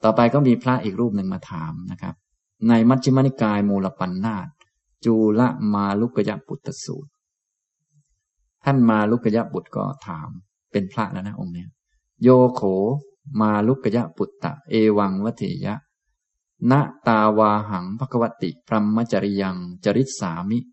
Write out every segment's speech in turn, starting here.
ต่อไปก็มีพระอีกรูปหนึ่งมาถามนะครับในมัชฌิมนิกายมูลปัณณาสจูลมาลุกยปุตตสูตรท่านมาลุกยบุตรก็ถามเป็นพระแล้วนะองค์นี้โยโขมาลุกยปุตตะเอวังวัฏยะณตาวาหังภควติพรหมจริยังจริตสามิ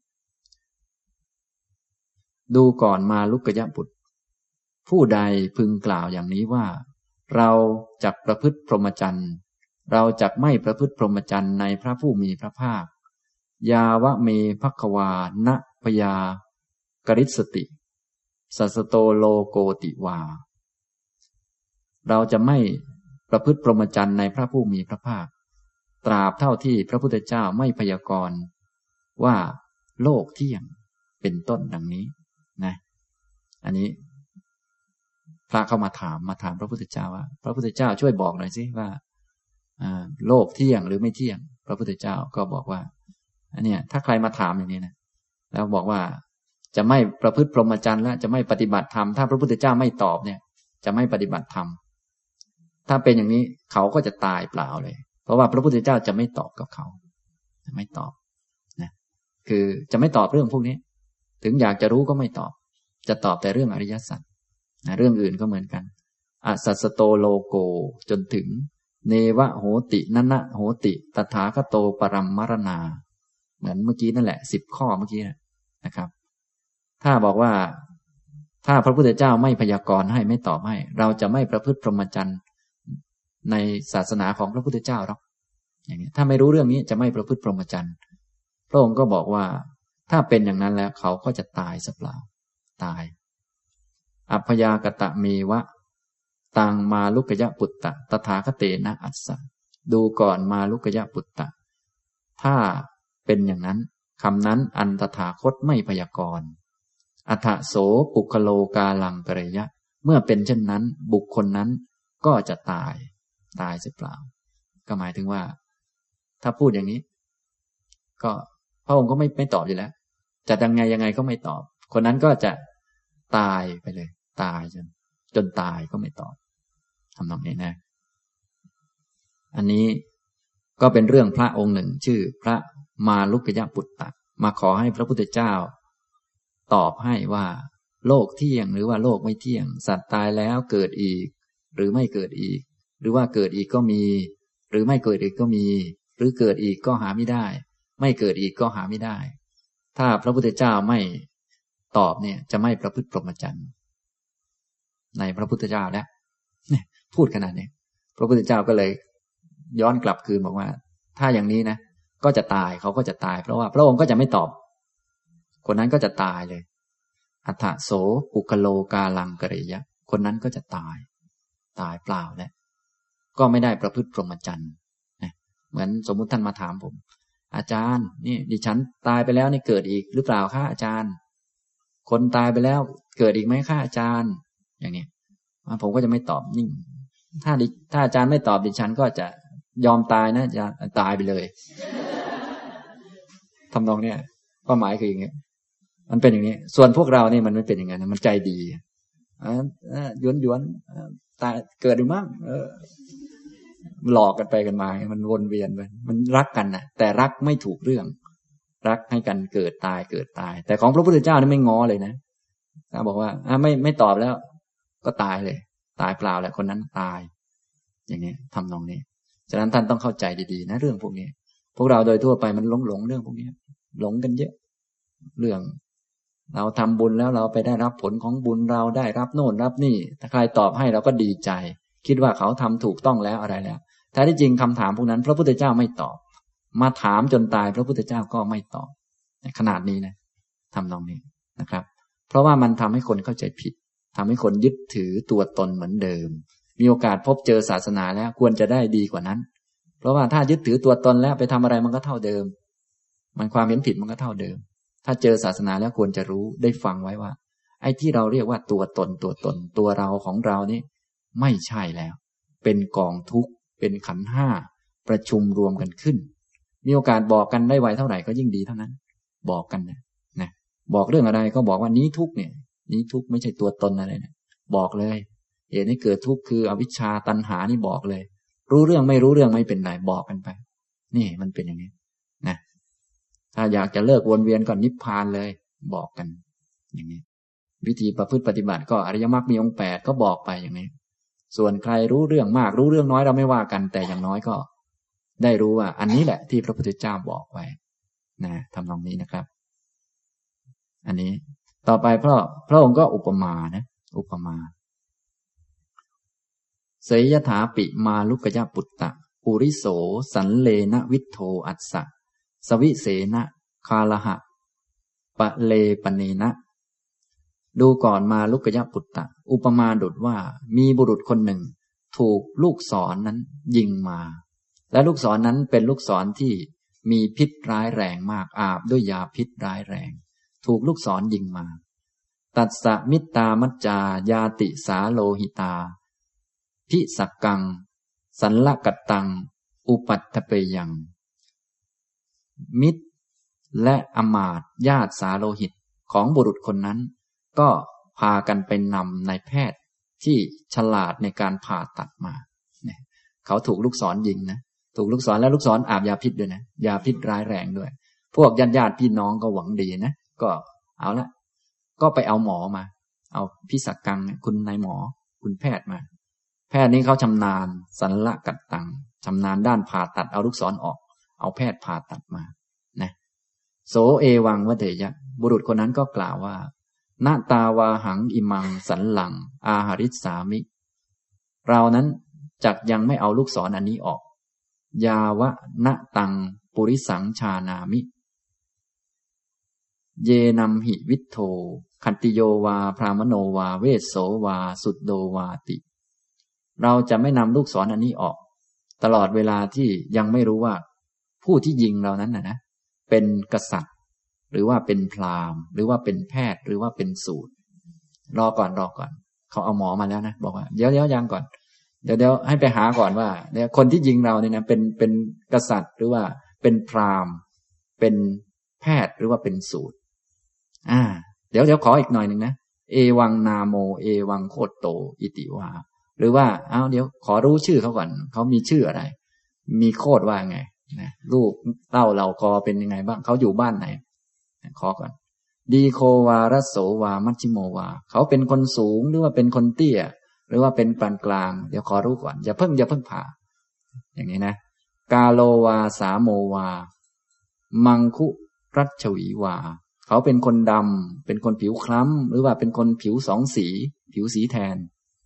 ดูก่อนมาลุกยบุตรผู้ใดพึงกล่าวอย่างนี้ว่าเราจักประพฤติพรหมจรรย์เราจักไม่ประพฤติพรหมจรรย์ในพระผู้มีพระภาคยาวะเมภควานะพยากริสติสัสโตโลโกติวาเราจะไม่ประพฤติพรหมจรรย์ในพระผู้มีพระภาคตราบเท่าที่พระพุทธเจ้าไม่พยากรณ์ว่าโลกเที่ยงเป็นต้นดังนี้นะอันนี้พระเข้ามาถามพระพุทธเจ้าว่าพระพุทธเจ้าช่วยบอกหน่อยสิว่าโลกเที่ยงหรือไม่เที่ยงพระพุทธเจ้าก็บอกว่าอันเนี้ยถ้าใครมาถามอย่างนี้นะแล้วบอกว่าจะไม่ประพฤติพรหมจรรย์และจะไม่ปฏิบัติธรรมถ้าพระพุทธเจ้าไม่ตอบเนี่ยจะไม่ปฏิบัติธรรมถ้าเป็นอย่างนี้เขาก็จะตายเปล่าเลยเพราะว่าพระพุทธเจ้าจะไม่ตอบกับเขาจะไม่ตอบนะคือจะไม่ตอบเรื่องพวกนี้ถึงอยากจะรู้ก็ไม่ตอบจะตอบแต่เรื่องอริยสัจนะเรื่องอื่นก็เหมือนกันอสัสโตโลโกจนถึงเนวะโหตินันะโหติตถาคโตปรัมมรณาเหมือนเมื่อกี้นั่นแหละ10 ข้อเมื่อกี้นะครับถ้าบอกว่าถ้าพระพุทธเจ้าไม่พยากรณ์ให้ไม่ตอบให้เราจะไม่ประพฤติพรหมจรรย์ในศาสนาของพระพุทธเจ้าหรอกอย่างนี้ถ้าไม่รู้เรื่องนี้จะไม่ประพฤติพรหมจรรย์พระองค์ก็บอกว่าถ้าเป็นอย่างนั้นแล้วเขาก็จะตายซะเปล่าตายอัพพยากตะเมวะตังมาลุกยปุตตะตถาคเตนะอัสสะดูก่อนมาลุกยปุตตะถ้าเป็นอย่างนั้นคำนั้นอันตถาคตไม่พยากรณ์อัฏฐโสปุคโลกาลังกระยะเมื่อเป็นเช่นนั้นบุคคลนั้นก็จะตายเสียเปล่าก็หมายถึงว่าถ้าพูดอย่างนี้ก็พระองค์ก็ไม่ตอบอยู่แล้วจะยังไงก็ไม่ตอบคนนั้นก็จะตายไปเลยตายจนตายก็ไม่ตอบทำนองนี้นะอันนี้ก็เป็นเรื่องพระองค์หนึ่งชื่อพระมาลุกยปุตตะมาขอให้พระพุทธเจ้าตอบให้ว่าโลกเที่ยงหรือว่าโลกไม่เที่ยงสัตว์ตายแล้วเกิดอีกหรือไม่เกิดอีกหรือว่าเกิดอีกก็มีหรือไม่เกิดอีกก็มีหรือเกิดอีกก็หาไม่ได้ไม่เกิดอีกก็หาไม่ได้ถ้าพระพุทธเจ้าไม่ตอบเนี่ยจะไม่ประพฤติพรหมจรรย์ในพระพุทธเจ้าแล้วพูดขนาดนี้พระพุทธเจ้าก็เลยย้อนกลับคืนบอกว่าถ้าอย่างนี้นะก็จะตายเขาก็จะตายเพราะว่าพระองค์ก็จะไม่ตอบคนนั้นก็จะตายเลยอัฏฐโสปุคโลกาลังกระยะคนนั้นก็จะตายเปล่าแล้วก็ไม่ได้ประพฤติพรหมจรรย์เหมือนสมมุติท่านมาถามผมอาจารย์นี่ดิฉันตายไปแล้วนี่เกิดอีกหรือเปล่าคะอาจารย์คนตายไปแล้วเกิดอีกไหมคะอาจารย์อย่างนี้ผมก็จะไม่ตอบนิ่งถ้าอาจารย์ไม่ตอบดิฉันก็จะยอมตายนะจะตายไปเลยทำนองเนี้ยความหมายคืออย่างเงี้ยมันเป็นอย่างนี้ส่วนพวกเรานี่มันไม่เป็นอย่างนั้นมันใจดีหยวนตายเกิดหรือมั้งหลอกกันไปกันมามันวนเวียนไปมันรักกันนะแต่รักไม่ถูกเรื่องรักให้กันเกิดตายแต่ของพระพุทธเจ้านี่ไม่ง้อเลยนะถ้าบอกว่าไม่ตอบแล้วก็ตายเลยตายเปล่าแหละคนนั้นตายอย่างนี้ทำนองนี้ฉะนั้นท่านต้องเข้าใจดีๆนะเรื่องพวกนี้พวกเราโดยทั่วไปมันหลงเรื่องพวกนี้หลงกันเยอะเรื่องเราทำบุญแล้วเราไปได้รับผลของบุญเราได้รับโน่นรับนี่ถ้าใครตอบให้เราก็ดีใจคิดว่าเขาทำถูกต้องแล้วอะไรแล้วแท้ที่จริงคำถามพวกนั้นพระพุทธเจ้าไม่ตอบมาถามจนตายพระพุทธเจ้าก็ไม่ตอบขนาดนี้นะทำนองนี้นะครับเพราะว่ามันทำให้คนเข้าใจผิดทำให้คนยึดถือตัวตนเหมือนเดิมมีโอกาสพบเจอศาสนาแล้วควรจะได้ดีกว่านั้นเพราะว่าถ้ายึดถือตัวตนแล้วไปทำอะไรมันก็เท่าเดิมมันความเห็นผิดมันก็เท่าเดิมถ้าเจอศาสนาแล้วควรจะรู้ได้ฟังไว้ว่าไอ้ที่เราเรียกว่าตัวตนตัวเราของเรานี่ไม่ใช่แล้วเป็นกองทุกข์เป็นขันธ์ห้าประชุมรวมกันขึ้นมีโอกาสบอกกันได้ไวเท่าไหร่ก็ยิ่งดีเท่านั้นบอกกันนะบอกเรื่องอะไรก็บอกว่านี้ทุกข์เนี่ยนี้ทุกข์ไม่ใช่ตัวตนอะไรเนี่ยบอกเลยเหตุให้เกิดทุกข์คืออวิชชาตัณหานี่บอกเลยรู้เรื่องไม่รู้เรื่องไม่เป็นไรบอกกันไปนี่มันเป็นอย่างนี้นะถ้าอยากจะเลิกวนเวียนก่อนนิพพานเลยบอกกันอย่างนี้วิธีประพฤติปฏิบัติก็อริยมรรคมีองค์8ก็บอกไปอย่างนี้ส่วนใครรู้เรื่องมากรู้เรื่องน้อยเราไม่ว่ากันแต่อย่างน้อยก็ได้รู้ว่าอันนี้แหละที่พระพุทธเจ้าบอกไว้นะทำนองนี้นะครับอันนี้ต่อไปพระองค์ก็อุปมานะอุปมาเสยยถาปิมาลุกยะปุตตะปุริโสสันเลนะวิทโธอัสสะสวิเสนะคาลหะปะเลปเนนะดูก่อนมาลุกยะปุตตะอุปมาดุจว่ามีบุรุษคนหนึ่งถูกลูกศรนั้นยิงมาและลูกศรนั้นเป็นลูกศรที่มีพิษร้ายแรงมากอาบด้วยยาพิษร้ายแรงถูกลูกศรยิงมาตัสสะมิตตามัจจายาติสาโลหิตาพิสักกังสันละกัตตังอุปัตถเปยังมิตรและอมาตย์ญาติสาโลหิตของบุรุษคนนั้นก็พากันไปนำนายแพทย์ที่ฉลาดในการผ่าตัดมาเขาถูกลูกศรยิงนะถูกลูกศรแล้วลูกศรอาบยาพิษด้วยนะยาพิษร้ายแรงด้วยพวกญาติพี่น้องก็หวังดีนะก็เอาละก็ไปเอาหมอมาเอาพิสักกังคุณนายหมอคุณแพทย์มาแพทย์นี้เขาชำนาญสันละกัตตังชำนาญด้านผ่าตัดเอาลูกศรออกเอาแพทย์ผ่าตัดมานะโสเอวังวเถยะบุรุษคนนั้นก็กล่าวว่านาตาวาหังอิมังสันหลังอาหาริสามิเรานั้นจักยังไม่เอาลูกศรอันนี้ออกยาวะนะตังปุริสังชานามิเยนัมหิวิทโธขันติโยวาพรามโนวาเวสโสวาสุดโดวาติเราจะไม่นำลูกศรอันนี้ออกตลอดเวลาที่ยังไม่รู้ว่าผู้ที่ยิงเรานั้นนะเป็นกษัตริย์หรือว่าเป็นพราหมณ์หรือว่าเป็นแพทย์หรือว่าเป็นสูตรรอก่อนเขาเอาหมอมาแล้วนะบอกว่าเดี๋ยวยังก่อนเดี๋ยวให้ไปหาก่อนว่าเนี่ยคนที่ยิงเราเนี่ยนะเป็นกษัตริย์หรือว่าเป็นพราหมณ์เป็นแพทย์หรือว่าเป็นสูตรเดี๋ยวขออีกหน่อยหนึ่งนะเอวังนาโมเอวังโคตโตอิติวาหรือว่าเดี๋ยวขอรู้ชื่อเขาก่อนเขามีชื่ออะไรมีโคตรว่าไงนะลูกเต้าเราคอเป็นยังไงบ้างเขาอยู่บ้านไหนขอก่อนดีโควารโสวามัชชิโมวาเขาเป็นคนสูงหรือว่าเป็นคนเตี้ยหรือว่าเป็นปานกลางเดี๋ยวขอรู้ก่อนอย่าเพิ่งผ่าอย่างนี้นะกาโลวาสาโมวามังคุรัชวีวาเขาเป็นคนดำเป็นคนผิวคล้ำหรือว่าเป็นคนผิวสองสีผิวสีแทน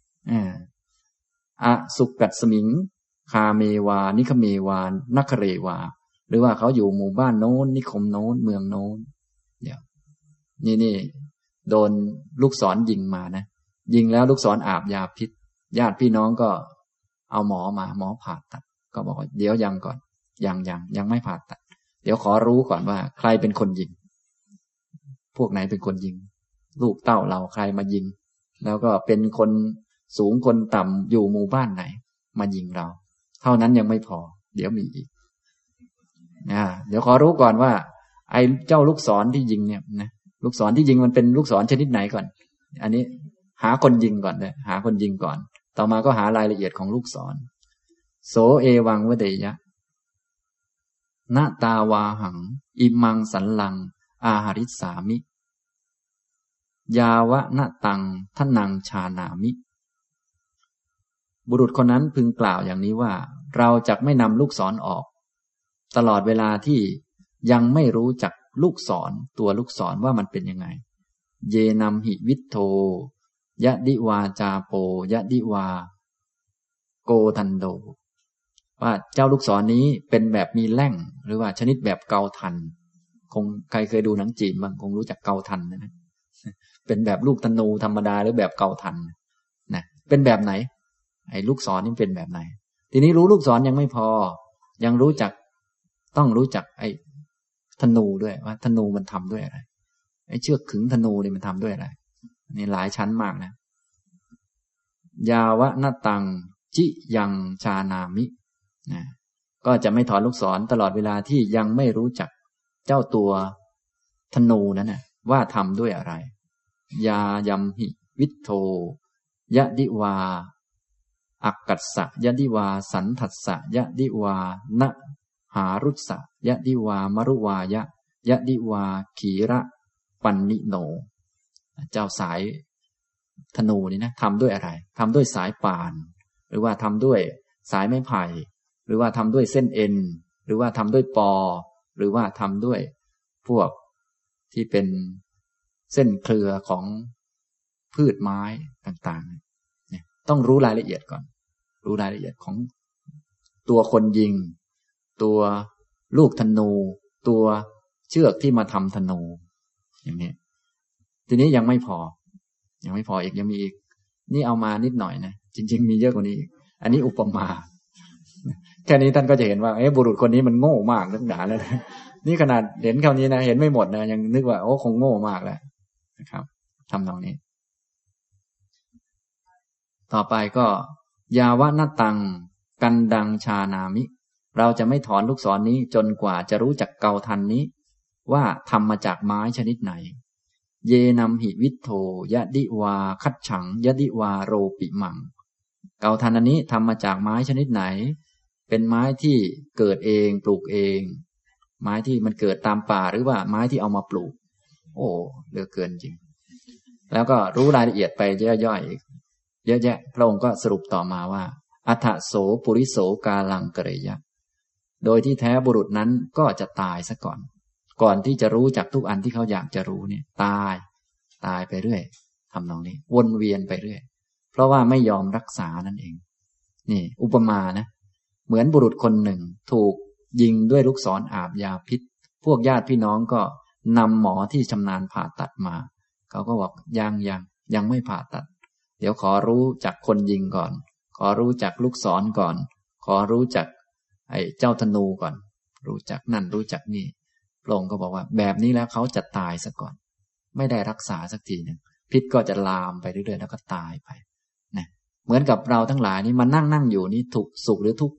อสุกัสมิงคาเมวานิคเมวานัคเรวาหรือว่าเขาอยู่หมู่บ้านโน้นนิคมโน้นเมืองโน้นเดี๋ยวนี่โดนลูกศรยิงมานะยิงแล้วลูกศรอาบยาพิษญาติพี่น้องก็เอาหมอมาหมอผ่าตัดก็บอกว่าเดี๋ยวยังก่อนยังไม่ผ่าตัดเดี๋ยวขอรู้ก่อนว่าใครเป็นคนยิงพวกไหนเป็นคนยิงลูกเต้าเราใครมายิงแล้วก็เป็นคนสูงคนต่ำอยู่หมู่บ้านไหนมายิงเราเท่านั้นยังไม่พอเดี๋ยวมีอีกเดี๋ยวขอรู้ก่อนว่าไอ้เจ้าลูกศรที่ยิงเนี่ยนะลูกศรที่ยิงมันเป็นลูกศรชนิดไหนก่อนอันนี้หาคนยิงก่อนเลยหาคนยิงก่อนต่อมาก็หารายละเอียดของลูกศรโสเอวังวเดยะนาตาวาหังอิมังสันลังอาหาริสามิยาวะนะตังทนังชานามิบุรุษคนนั้นพึงกล่าวอย่างนี้ว่าเราจักไม่นำลูกศรออกตลอดเวลาที่ยังไม่รู้จักลูกศรตัวลูกศรว่ามันเป็นยังไงเยนัมหิวิทโธยะดิวาจาโปยะดิวาโกทันโดว่าเจ้าลูกศรนี้เป็นแบบมีแล่งหรือว่าชนิดแบบเกาทันคงใครเคยดูหนังจีนบ้างคงรู้จักเกาทันนะเป็นแบบลูกธนูธรรมดาหรือแบบเกาทันนะเป็นแบบไหนไอ้ลูกศรนี่เป็นแบบไหนทีนี้รู้ลูกศรยังไม่พอยังต้องรู้จักไอ้ธนูด้วยว่าธนูมันทำด้วยอะไรไอ้เชือกขึงธนูนี่มันทำด้วยอะไรนี่หลายชั้นมากนะยาวะนตังจิยังชานามินะก็จะไม่ถอนลูกศรตลอดเวลาที่ยังไม่รู้จักเจ้าตัวธนูนั้นนะว่าทำด้วยอะไรยายัมหิวิทโธยะดิวาอักกัสสะยะดิวาสันทัสสะยะดิวานะหารุสสะยะดิวามรุวายะยะดิวาขีระปันนิโนเจ้าสายธนูนี่นะทำด้วยอะไรทำด้วยสายป่านหรือว่าทำด้วยสายไม้ไผ่หรือว่าทำด้วยเส้นเอ็นหรือว่าทำด้วยปอหรือว่าทำด้วยพวกที่เป็นเส้นเครือของพืชไม้ต่างๆเนี่ยต้องรู้รายละเอียดก่อนรู้รายละเอียดของตัวคนยิงตัวลูกธนูตัวเชือกที่มาทำธนูอย่างนี้ทีนี้ยังไม่พออีกยังมีอีกนี่เอามานิดหน่อยนะจริงๆมีเยอะกว่านี้อีกอันนี้อุปมาแค่นี้ท่านก็จะเห็นว่าบุรุษคนนี้มันโง่มากนักหนาแล้วนะนี่ขนาดเห็นคำนี้นะเห็นไม่หมดนะยังนึกว่าโอ้คงโง่มากแล้วนะครับทำตรงนี้ต่อไปก็ยาวะนตังกันดังชานามิเราจะไม่ถอนลูกศรนี้จนกว่าจะรู้จักเกาทันนี้ว่าทำมาจากไม้ชนิดไหนเยนัมหิวิทโธยะดิวาคัดฉังยะดิวาโรปิมังเกาทันอันนี้ทำมาจากไม้ชนิดไหนเป็นไม้ที่เกิดเองปลูกเองไม้ที่มันเกิดตามป่าหรือว่าไม้ที่เอามาปลูกโอ้เหลือเกินจริงแล้วก็รู้รายละเอียดไปย่อยๆอีกเยอะแยะพระองค์ก็สรุปต่อมาว่าอัฏฐโสปุริโสกาลังกะเรยะโดยที่แท้บุรุษนั้นก็จะตายซะก่อนที่จะรู้จักทุกอันที่เขาอยากจะรู้เนี่ยตายไปเรื่อยทำนองนี้วนเวียนไปเรื่อยเพราะว่าไม่ยอมรักษานั่นเองนี่อุปมานะเหมือนบุรุษคนหนึ่งถูกยิงด้วยลูกศรอาบยาพิษพวกญาติพี่น้องก็นำหมอที่ชำนาญผ่าตัดมาเขาก็บอกยังไม่ผ่าตัดเดี๋ยวขอรู้จักคนยิงก่อนขอรู้จักลูกศรก่อนขอรู้จักไอ้เจ้าธนูก่อนรู้จักนั่นรู้จักนี่พระองค์ก็บอกว่าแบบนี้แล้วเขาจะตายซะก่อนไม่ได้รักษาสักทีหนึ่งพิษก็จะลามไปเรื่อยๆแล้วก็ตายไปนะเหมือนกับเราทั้งหลายนี่มานั่งอยู่นี่ทุกสุขหรือทุก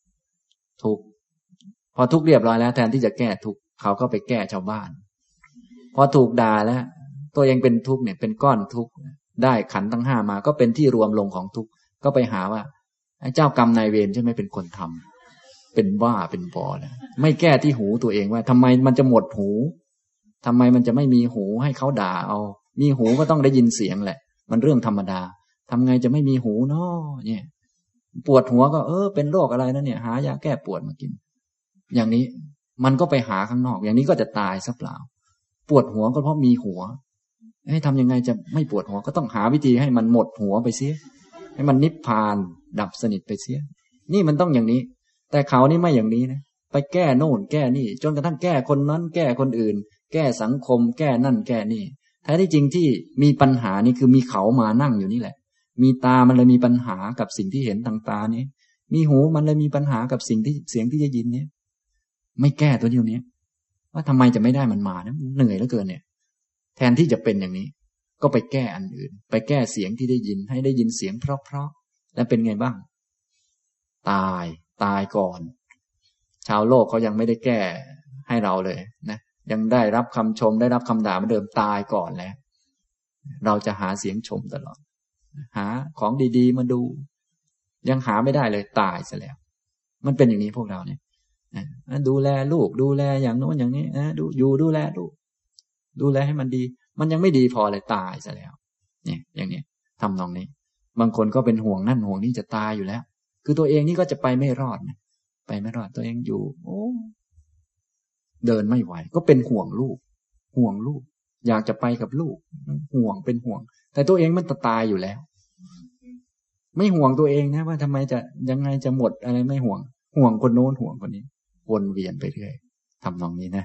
พอทุกเรียบร้อยแล้วแทนที่จะแก้ทุกเขาก็ไปแก้ชาวบ้านพอถูกด่าแล้วตัวเองเป็นทุกเนี่ยเป็นก้อนทุกได้ขันธ์ทั้งห้ามาก็เป็นที่รวมลงของทุกก็ไปหาว่าไอ้เจ้ากรรมนายเวรใช่ไหมเป็นคนทำเป็นบ้าเป็นบอนะไม่แก้ที่หูตัวเองว่าทำไมมันจะหมดหูทำไมมันจะไม่มีหูให้เขาด่าเอามีหูก็ต้องได้ยินเสียงแหละมันเรื่องธรรมดาทำไงจะไม่มีหูเนาะเนี่ยปวดหัวก็เป็นโรคอะไรนะเนี่ยหายาแก้ปวดมากินอย่างนี้มันก็ไปหาข้างนอกอย่างนี้ก็จะตายซะเปล่าปวดหัวก็เพราะมีหัวให้ทำยังไงจะไม่ปวดหัวก็ต้องหาวิธีให้มันหมดหัวไปเสียให้มันนิพพานดับสนิทไปเสียนี่มันต้องอย่างนี้แต่เขานี่ไม่อย่างนี้นะไปแก้โน่นแก้นี่จนกระทั่งแก้คนนั้นแก้คนอื่นแก้สังคมแก้นั่นแก้นี่แท้ที่จริงที่มีปัญหานี่คือมีเขามานั่งอยู่นี่แหละมีตามันเลยมีปัญหากับสิ่งที่เห็นทางตานี้มีหูมันเลยมีปัญหากับสิ่งที่เสียงที่จะยินเนี่ยไม่แก้ตัวเดียวนี้ว่าทำไมจะไม่ได้มันมานะเหนื่อยเหลือเกินเนี่ยแทนที่จะเป็นอย่างนี้ก็ไปแก้อันอื่นไปแก้เสียงที่ได้ยินให้ได้ยินเสียงเพราะๆแล้วเป็นไงบ้างตายก่อนชาวโลกเขายังไม่ได้แก้ให้เราเลยนะยังได้รับคำชมได้รับคำด่าเหมือนเดิมตายก่อนแล้วเราจะหาเสียงชมตลอดหาของดีๆมาดูยังหาไม่ได้เลยตายซะแล้วมันเป็นอย่างนี้พวกเราเนี่ยดูแลลูกดูแลอย่างโน้นอย่างนี้ดูแลลูกดูแลให้มันดีมันยังไม่ดีพอเลยตายซะแล้วเนี่ยอย่างนี้ทำนองนี้บางคนก็เป็นห่วงนั่นห่วงนี่จะตายอยู่แล้วคือตัวเองนี่ก็จะไปไม่รอดนะไปไม่รอดตัวเองอยู่เดินไม่ไหวก็เป็นห่วงลูกอยากจะไปกับลูกห่วงเป็นห่วงแต่ตัวเองมันจะตายอยู่แล้วไม่ห่วงตัวเองนะว่าทำไมจะยังไงจะหมดอะไรไม่ห่วงคนโน้นห่วงคนนี้วนเวียนไปเรื่อยทำนองนี้นะ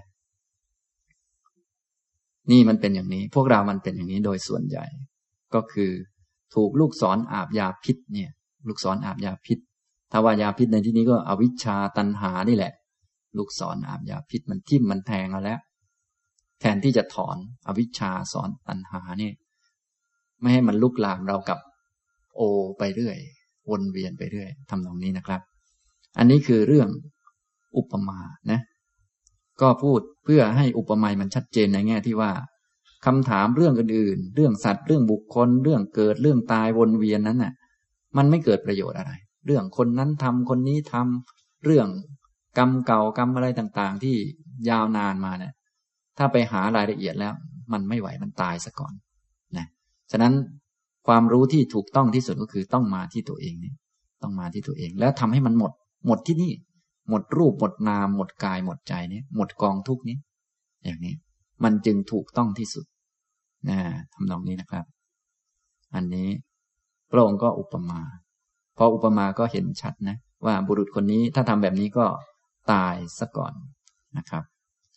นี่มันเป็นอย่างนี้พวกเรามันเป็นอย่างนี้โดยส่วนใหญ่ก็คือถูกลูกศรอาบยาพิษเนี่ยลูกศรอาบยาพิษถ้าว่ายาพิษในที่นี้ก็อวิชชาตัณหานี่แหละลูกศรอาบยาพิษมันทิ่มมันแทงเอาแล้วแทนที่จะถอนอวิชชาสอนตัณหานี่ไม่ให้มันลุกลามเรากับไปเรื่อยวนเวียนไปเรื่อยทำตรงนี้นะครับอันนี้คือเรื่องอุปมานะก็พูดเพื่อให้อุปมามันชัดเจนในแง่ที่ว่าคำถามเรื่องอื่นๆเรื่องสัตว์เรื่องบุคคลเรื่องเกิดเรื่องตายวนเวียนนั้นน่ะมันไม่เกิดประโยชน์อะไรเรื่องคนนั้นทำคนนี้ทำเรื่องกรรมเก่ากรรมอะไรต่างๆที่ยาวนานมาเนี่ยถ้าไปหารายละเอียดแล้วมันไม่ไหวมันตายซะก่อนนะฉะนั้นความรู้ที่ถูกต้องที่สุดก็คือต้องมาที่ตัวเองนี่ต้องมาที่ตัวเองแล้วทำให้มันหมดที่นี่หมดรูปหมดนามหมดกายหมดใจนี้หมดกองทุกนี้อย่างนี้มันจึงถูกต้องที่สุดนะทำนองนี้นะครับอันนี้พระองค์ก็อุปมาพออุปมาก็เห็นชัดนะว่าบุรุษคนนี้ถ้าทำแบบนี้ก็ตายซะก่อนนะครับ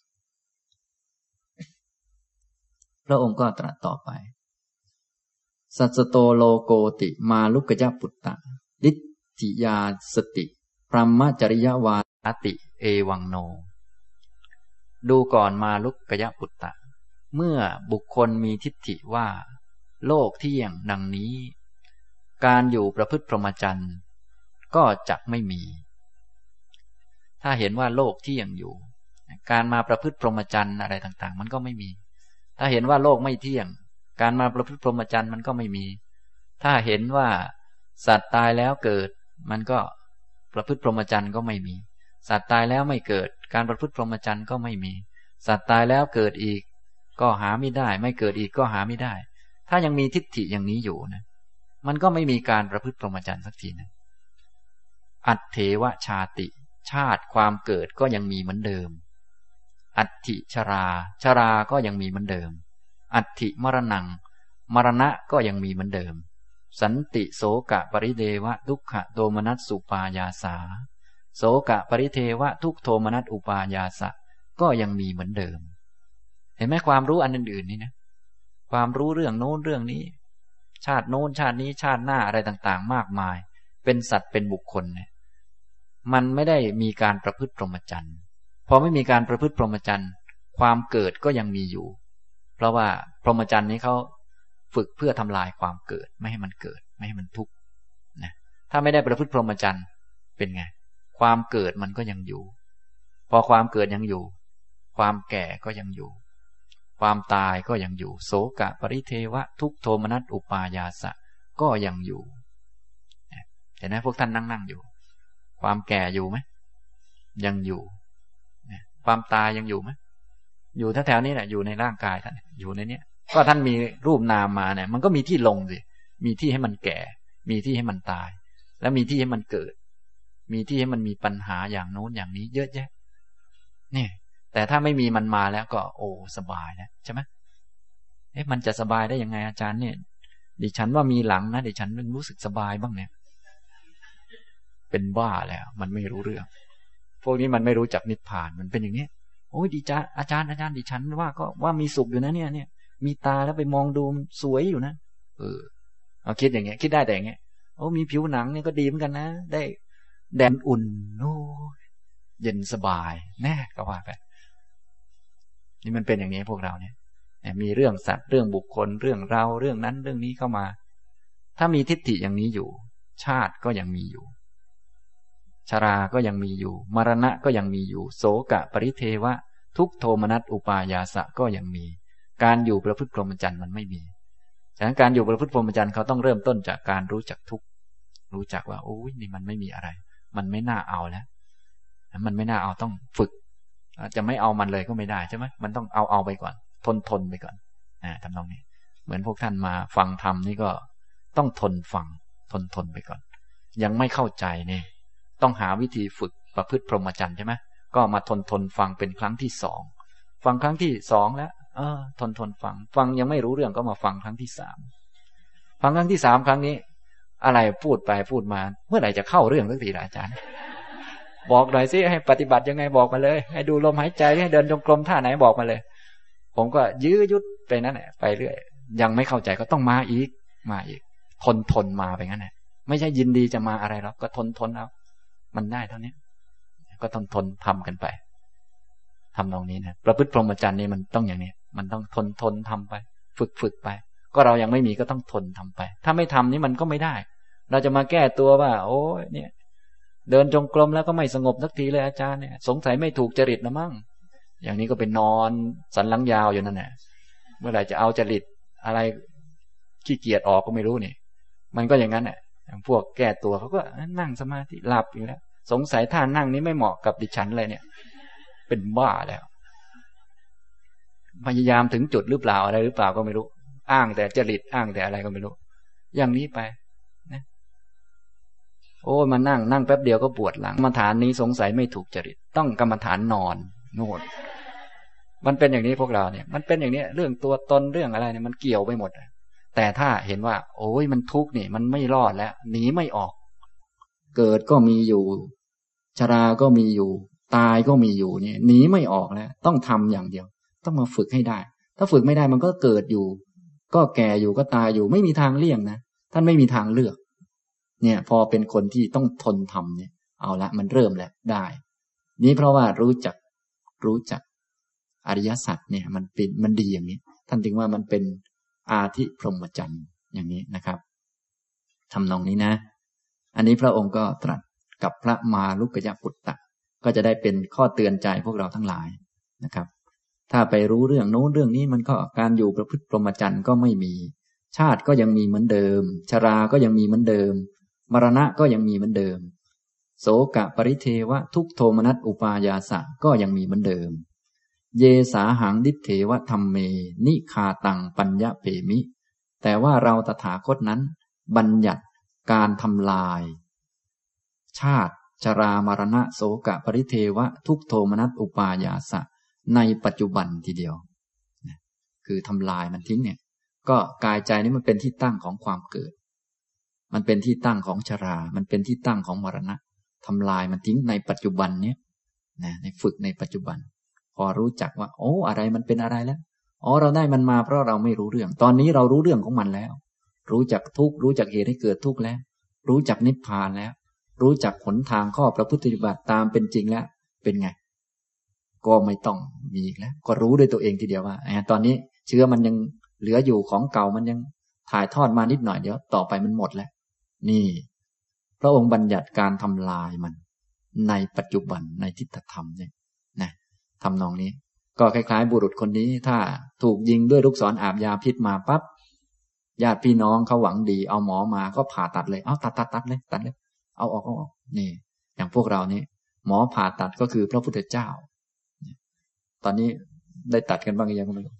พระองค์ก็ตรัสต่อไปสัจโตโลโกติมาลุกยะปุตตะดิฏฐิยาสติพรหมจริยวาติเอวังโนดูก่อนมาลุกยะปุตตะเมื่อบุคคลมีทิฏฐิว่าโลกเที่ยงดังนี้การอยู่ประพฤติพรหมจรรย์ก็จักไม่มีถ้าเห็นว่าโลกเที่ยงอยู่การมาประพฤติพรหมจรรย์อะไรต่างๆมันก็ไม่มีถ้าเห็นว่าโลกไม่เที่ยงการมาประพฤติพรหมจรรย์มันก็ไม่มีถ้าเห็นว่าสัตว์ตายแล้วเกิดมันก็ประพฤติพรหมจรรย์ก็ไม่มีสัตว์ตายแล้วไม่เกิดการประพฤติพรหมจรรย์ก็ไม่มีสัตว์ตายแล้วเกิดอีกก็หาไม่ได้ไม่เกิดอีกก็หาไม่ได้ถ้ายังมีทิฏฐิอย่างนี้อยู่นะมันก็ไม่มีการประพฤติพรหมจรรย์สักทีนะอัตเถวชาติชาติความเกิดก็ยังมีเหมือนเดิมอัตถิชราชราก็ยังมีเหมือนเดิมอัตถิมรณังมรณะก็ยังมีเหมือนเดิมสันติโสกะปริเทวะทุกขโทมนัสสุปายาสาโสกะปริเทวะทุกโทมนัสอุปายาสะก็ยังมีเหมือนเดิมเห็นไหมความรู้อันอื่นๆนี่นะความรู้เรื่องโน้นเรื่องนี้ชาติโน้นชาตินี้ชาติหน้าอะไรต่างๆมากมายเป็นสัตว์เป็นบุคคลเนี่ยมันไม่ได้มีการประพฤติพรหมจรรย์พอไม่มีการประพฤติพรหมจรรย์ความเกิดก็ยังมีอยู่เพราะว่าพรหมจรรย์นี้เขาฝึกเพื่อทำลายความเกิดไม่ให้มันเกิดไม่ให้มันทุกข์นะถ้าไม่ได้ประพฤติพรหมจรรย์เป็นไงความเกิดมันก็ยังอยู่พอความเกิดยังอยู่ความแก่ก็ยังอยู่ความตายก็ยังอยู่โสกะปริเทวะทุกโทมนัสอุปายาสะก็ยังอยู่เห็นไหมพวกท่านนั่งอยู่ความแก่อยู่ไหมยังอยู่ความตายยังอยู่ไหมอยู่แถวๆนี้แหละอยู่ในร่างกายท่านอยู่ในนี้ก็ท่านมีรูปนามมาเนี่ยมันก็มีที่ลงสิมีที่ให้มันแก่มีที่ให้มันตายแล้วมีที่ให้มันเกิดมีที่ให้มันมีปัญหาอย่างโน้นอย่างนี้เยอะแยะนี่แต่ถ้าไม่มีมันมาแล้วก็โอ้สบายนะใช่ไหมมันจะสบายได้ยังไงอาจารย์เนี่ยดิฉันว่ามีหลังนะดิฉันรู้สึกสบายบ้างเนี่ยเป็นบ้าแล้วมันไม่รู้เรื่องพวกนี้มันไม่รู้จักนิพพานมันเป็นอย่างนี้โอ้ยดิจ้าอาจารย์ดิฉันว่าก็ว่ามีสุขอยู่นะเนี่ยมีตาแล้วไปมองดูสวยอยู่นะเอาคิดอย่างเงี้ยคิดได้แต่อย่างเงี้ยโอ้มีผิวหนังเนี่ยก็ดีเหมือนกันนะได้แดดอุ่นโอ้เย็นสบายแน่ก็ว่าไปนี่มันเป็นอย่างนี้พวกเราเนี่ยมีเรื่องสัตว์เรื่องบุคคลเรื่องเราเรื่องนั้นเรื่องนี้เข้ามาถ้ามีทิฏฐิอย่างนี้อยู่ชาติก็ยังมีอยู่ชราก็ยังมีอยู่มรณะก็ยังมีอยู่โสกะปริเทวะทุกโทมนัสอุปายาสะก็ยังมีการอยู่ประพฤติพรหมจรรย์มันไม่มีฉะนั้นการอยู่ประพฤติพรหมจรรย์เขาต้องเริ่มต้นจากการรู้จักทุกข์รู้จักว่าโอ้ยนี่มันไม่มีอะไรมันไม่น่าเอาแล้วมันไม่น่าเอาต้องฝึกจะไม่เอามันเลยก็ไม่ได้ใช่ไหมมันต้องเอาไปก่อนทนไปก่อนทำนองนี้เหมือนพวกท่านมาฟังธรรมนี่ก็ต้องทนฟังทนไปก่อนยังไม่เข้าใจเนี่ยต้องหาวิธีฝึกประพฤติพรหมจรรย์ใช่ไหมก็มาทนฟังเป็นครั้งที่สองฟังครั้งที่สองแล้วทนฟังยังไม่รู้เรื่องก็มาฟังครั้งที่สามฟังครั้งที่สามครั้งนี้อะไรพูดไปพูดมาเมื่อไหร่จะเข้าเรื่องสักทีล่ะอาจารย์บอกหน่อยสิให้ปฏิบัติยังไงบอกมาเลยให้ดูลมหายใจให้เดินจงกรมท่าไหนบอกมาเลยผมก็ยื้อยุดไปนั่นแหละไปเรื่อยยังไม่เข้าใจก็ต้องมาอีกทนมาไปงั้นแหละไม่ใช่ยินดีจะมาอะไรหรอกก็ทนเอามันได้เท่านี้ก็ทนทำกันไปทำตรงนี้นะประพฤติพรหมจรรย์นี่มันต้องอย่างนี้มันต้องทนทำไปฝึกไปก็เรายังไม่มีก็ต้องทนทำไปถ้าไม่ทำนี่มันก็ไม่ได้เราจะมาแก้ตัวว่าโอ้ยเนี่ยเดินจงกรมแล้วก็ไม่สงบสักทีเลยอาจารย์เนี่ยสงสัยไม่ถูกจริตนะมั้งอย่างนี้ก็เป็นนอนสันหลังยาวอยู่นั่นแหละเมื่อไหร่จะเอาจริตอะไรขี้เกียจออกก็ไม่รู้นี่มันก็อย่างนั้นแหละพวกแก้ตัวเขาก็นั่งสมาธิหลับอยู่แล้วสงสัยท่านั่งนี้ไม่เหมาะกับดิฉันเลยเนี่ยเป็นบ้าแล้วพยายามถึงจุดหรือเปล่าอะไรหรือเปล่าก็ไม่รู้อ้างแต่จริตอ้างแต่อะไรก็ไม่รู้อย่างนี้ไปนะโอ้มานั่งแป๊บเดียวก็ปวดหลังกรรมฐานนี้สงสัยไม่ถูกจริตต้องกรรมฐานนอนโน่นมันเป็นอย่างนี้พวกเราเนี่ยมันเป็นอย่างนี้เรื่องตัวตนเรื่องอะไรเนี่ยมันเกี่ยวไปหมดแต่ถ้าเห็นว่าโอ้ยมันทุกข์นี่มันไม่รอดแล้วหนีไม่ออกเกิดก็มีอยู่ชราก็มีอยู่ตายก็มีอยู่เนี่ยหนีไม่ออกแล้วต้องทำอย่างเดียวต้องมาฝึกให้ได้ถ้าฝึกไม่ได้มันก็เกิดอยู่ก็แก่อยู่ก็ตายอยู่ไม่มีทางเลี่ยงนะท่านไม่มีทางเลือกเนี่ยพอเป็นคนที่ต้องทนทำเนี่ยเอาละมันเริ่มแล้วได้นี่เพราะว่ารู้จักอริยสัจเนี่ยมันดีอย่างนี้ท่านถึงว่ามันเป็นอาธิพรหมจรรย์อย่างนี้นะครับทำนองนี้นะอันนี้พระองค์ก็ตรัสกับพระมาลุกยปุตตะก็จะได้เป็นข้อเตือนใจพวกเราทั้งหลายนะครับถ้าไปรู้เรื่องโน้นเรื่องนี้มันก็การอยู่ประพฤติพรหมจรรย์ก็ไม่มีชาติก็ยังมีเหมือนเดิมชราก็ยังมีเหมือนเดิมมรณะก็ยังมีเหมือนเดิมโสกะปริเทวะทุกโทมนัสอุปายาสะก็ยังมีเหมือนเดิมเยสาหังดิเถวะธัมเมนิคาตังปัญญเปมิแต่ว่าเราตถาคตนั้นบัญญัติการทำลายชาติชรามรณะโสกะปริเทวะทุกโทมนัสอุปายาสะในปัจจุบันทีเดียวคือทำลายมันทิ้งเนี่ยก็กายใจนี้มันเป็นที่ตั้งของความเกิดมันเป็นที่ตั้งของชรามันเป็นที่ตั้งของมรณะทำลายมันทิ้งในปัจจุบันเนี้ยนะในฝึกในปัจจุบันพอรู้จักว่าโอ้อะไรมันเป็นอะไรแล้วอ๋อเราได้มันมาเพราะเราไม่รู้เรื่องตอนนี้เรารู้เรื่องของมันแล้วรู้จักทุกข์รู้จักเหตุให้เกิดทุกข์แล้วรู้จักนิพพานแล้วรู้จักหนทางข้อประพฤติปฏิบัติตามเป็นจริงแล้วเป็นไงก็ไม่ต้องมีอีกแล้วก็รู้ด้วยตัวเองทีเดียวว่าตอนนี้เชื้อมันยังเหลืออยู่ของเก่ามันยังถ่ายทอดมานิดหน่อยเดี๋ยวต่อไปมันหมดแล้วนี่พระองค์บัญญัติการทำลายมันในปัจจุบันในทิฏฐธรรมเนี่ยนะทำนองนี้ก็คล้ายๆบุรุษคนนี้ถ้าถูกยิงด้วยลูกศรอาบยาพิษมาปั๊บญาติพี่น้องเขาหวังดีเอาหมอมาก็ผ่าตัดเลยเอาตัดเลยเอาออกนี่อย่างพวกเรานี่หมอผ่าตัดก็คือพระพุทธเจ้าตอนนี้ได้ตัดกันบ้างยังไม่รู้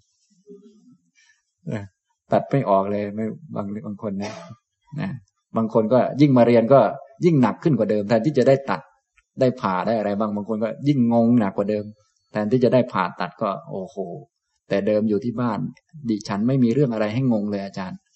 ตัดไม่ออกเลยไม่บางคนนะบางคนก็ยิ่งมาเรียนก็ยิ่งหนักขึ้นกว่าเดิมแทนที่จะได้ตัดได้ผ่าได้อะไรบางคนก็ยิ่งงงหนักกว่าเดิมแทนที่จะได้ผ่าตัดก็โอ้โหแต่เดิมอยู่ที่บ้านดิฉันไม่มีเรื่องอะไรให้งงเลยอาจารย์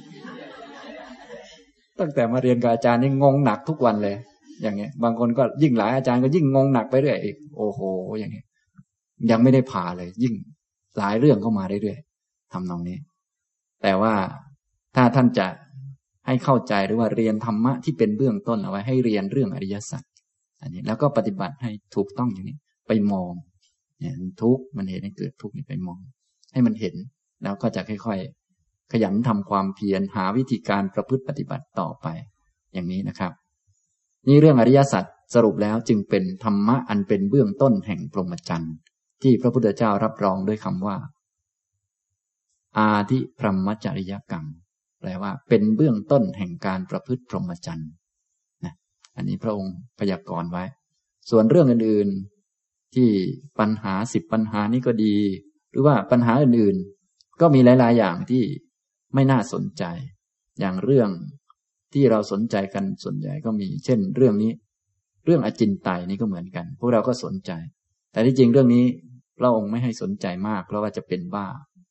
ตั้งแต่มาเรียนกับอาจารย์นี่งงหนักทุกวันเลยอย่างเงี้ยบางคนก็ยิ่งหลายอาจารย์ก็ยิ่งงงหนักไปเรื่อยอีกโอ้โหอย่างเงี้ยยังไม่ได้ผ่าเลยยิ่งหลายเรื่องเข้ามาเรื่อยๆทำนองนี้แต่ว่าถ้าท่านจะให้เข้าใจหรือว่าเรียนธรรมะที่เป็นเบื้องต้นเอาไว้ให้เรียนเรื่องอริยสัจอันนี้แล้วก็ปฏิบัติให้ถูกต้องอย่างนี้ไปมองเนี่ยทุกข์มันเห็นให้เกิดทุกข์นี่ไปมองให้มันเห็นแล้วก็จะค่อยๆขยันทำความเพียรหาวิธีการประพฤติปฏิบัติต่อไปอย่างนี้นะครับนี่เรื่องอริยสัจสรุปแล้วจึงเป็นธรรมะอันเป็นเบื้องต้นแห่งพรหมจรรย์ที่พระพุทธเจ้ารับรองด้วยคำว่าอาทิพรหมจริยกรรมแปลว่าเป็นเบื้องต้นแห่งการประพฤติพรหมจรรย์นะอันนี้พระองค์พยากรณ์ไว้ส่วนเรื่องอื่นๆที่ปัญหา10 ปัญหานี้ก็ดีหรือว่าปัญหาอื่นๆก็มีหลายๆอย่างที่ไม่น่าสนใจอย่างเรื่องที่เราสนใจกันส่วนใหญ่ก็มีเช่นเรื่องนี้เรื่องอจินไตยนี่ก็เหมือนกันพวกเราก็สนใจแต่ที่จริงเรื่องนี้พระองค์ไม่ให้สนใจมากเพราะว่าจะเป็นบ้า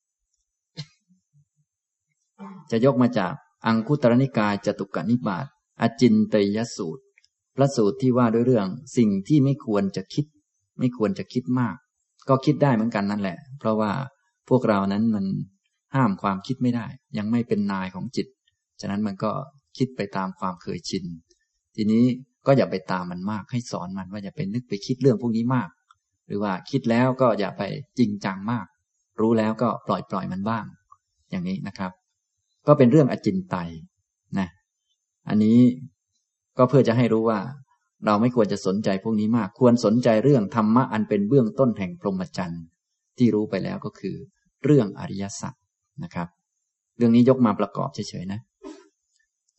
จะยกมาจากอังคุตรนิกายจตุกนิบาตอจินไตยสูตรพระสูตรที่ว่าด้วยเรื่องสิ่งที่ไม่ควรจะคิดไม่ควรจะคิดมากก็คิดได้เหมือนกันนั่นแหละเพราะว่าพวกเรานั้นมันห้ามความคิดไม่ได้ยังไม่เป็นนายของจิตฉะนั้นมันก็คิดไปตามความเคยชินทีนี้ก็อย่าไปตามมันมากให้สอนมันว่าอย่าไปนึกไปคิดเรื่องพวกนี้มากหรือว่าคิดแล้วก็อย่าไปจริงจังมากรู้แล้วก็ปล่อยมันบ้างอย่างนี้นะครับก็เป็นเรื่องอจินไตยนะอันนี้ก็เพื่อจะให้รู้ว่าเราไม่ควรจะสนใจพวกนี้มากควรสนใจเรื่องธรรมะอันเป็นเบื้องต้นแห่งพรหมจรรย์ที่รู้ไปแล้วก็คือเรื่องอริยสัจนะครับเรื่องนี้ยกมาประกอบเฉยๆนะ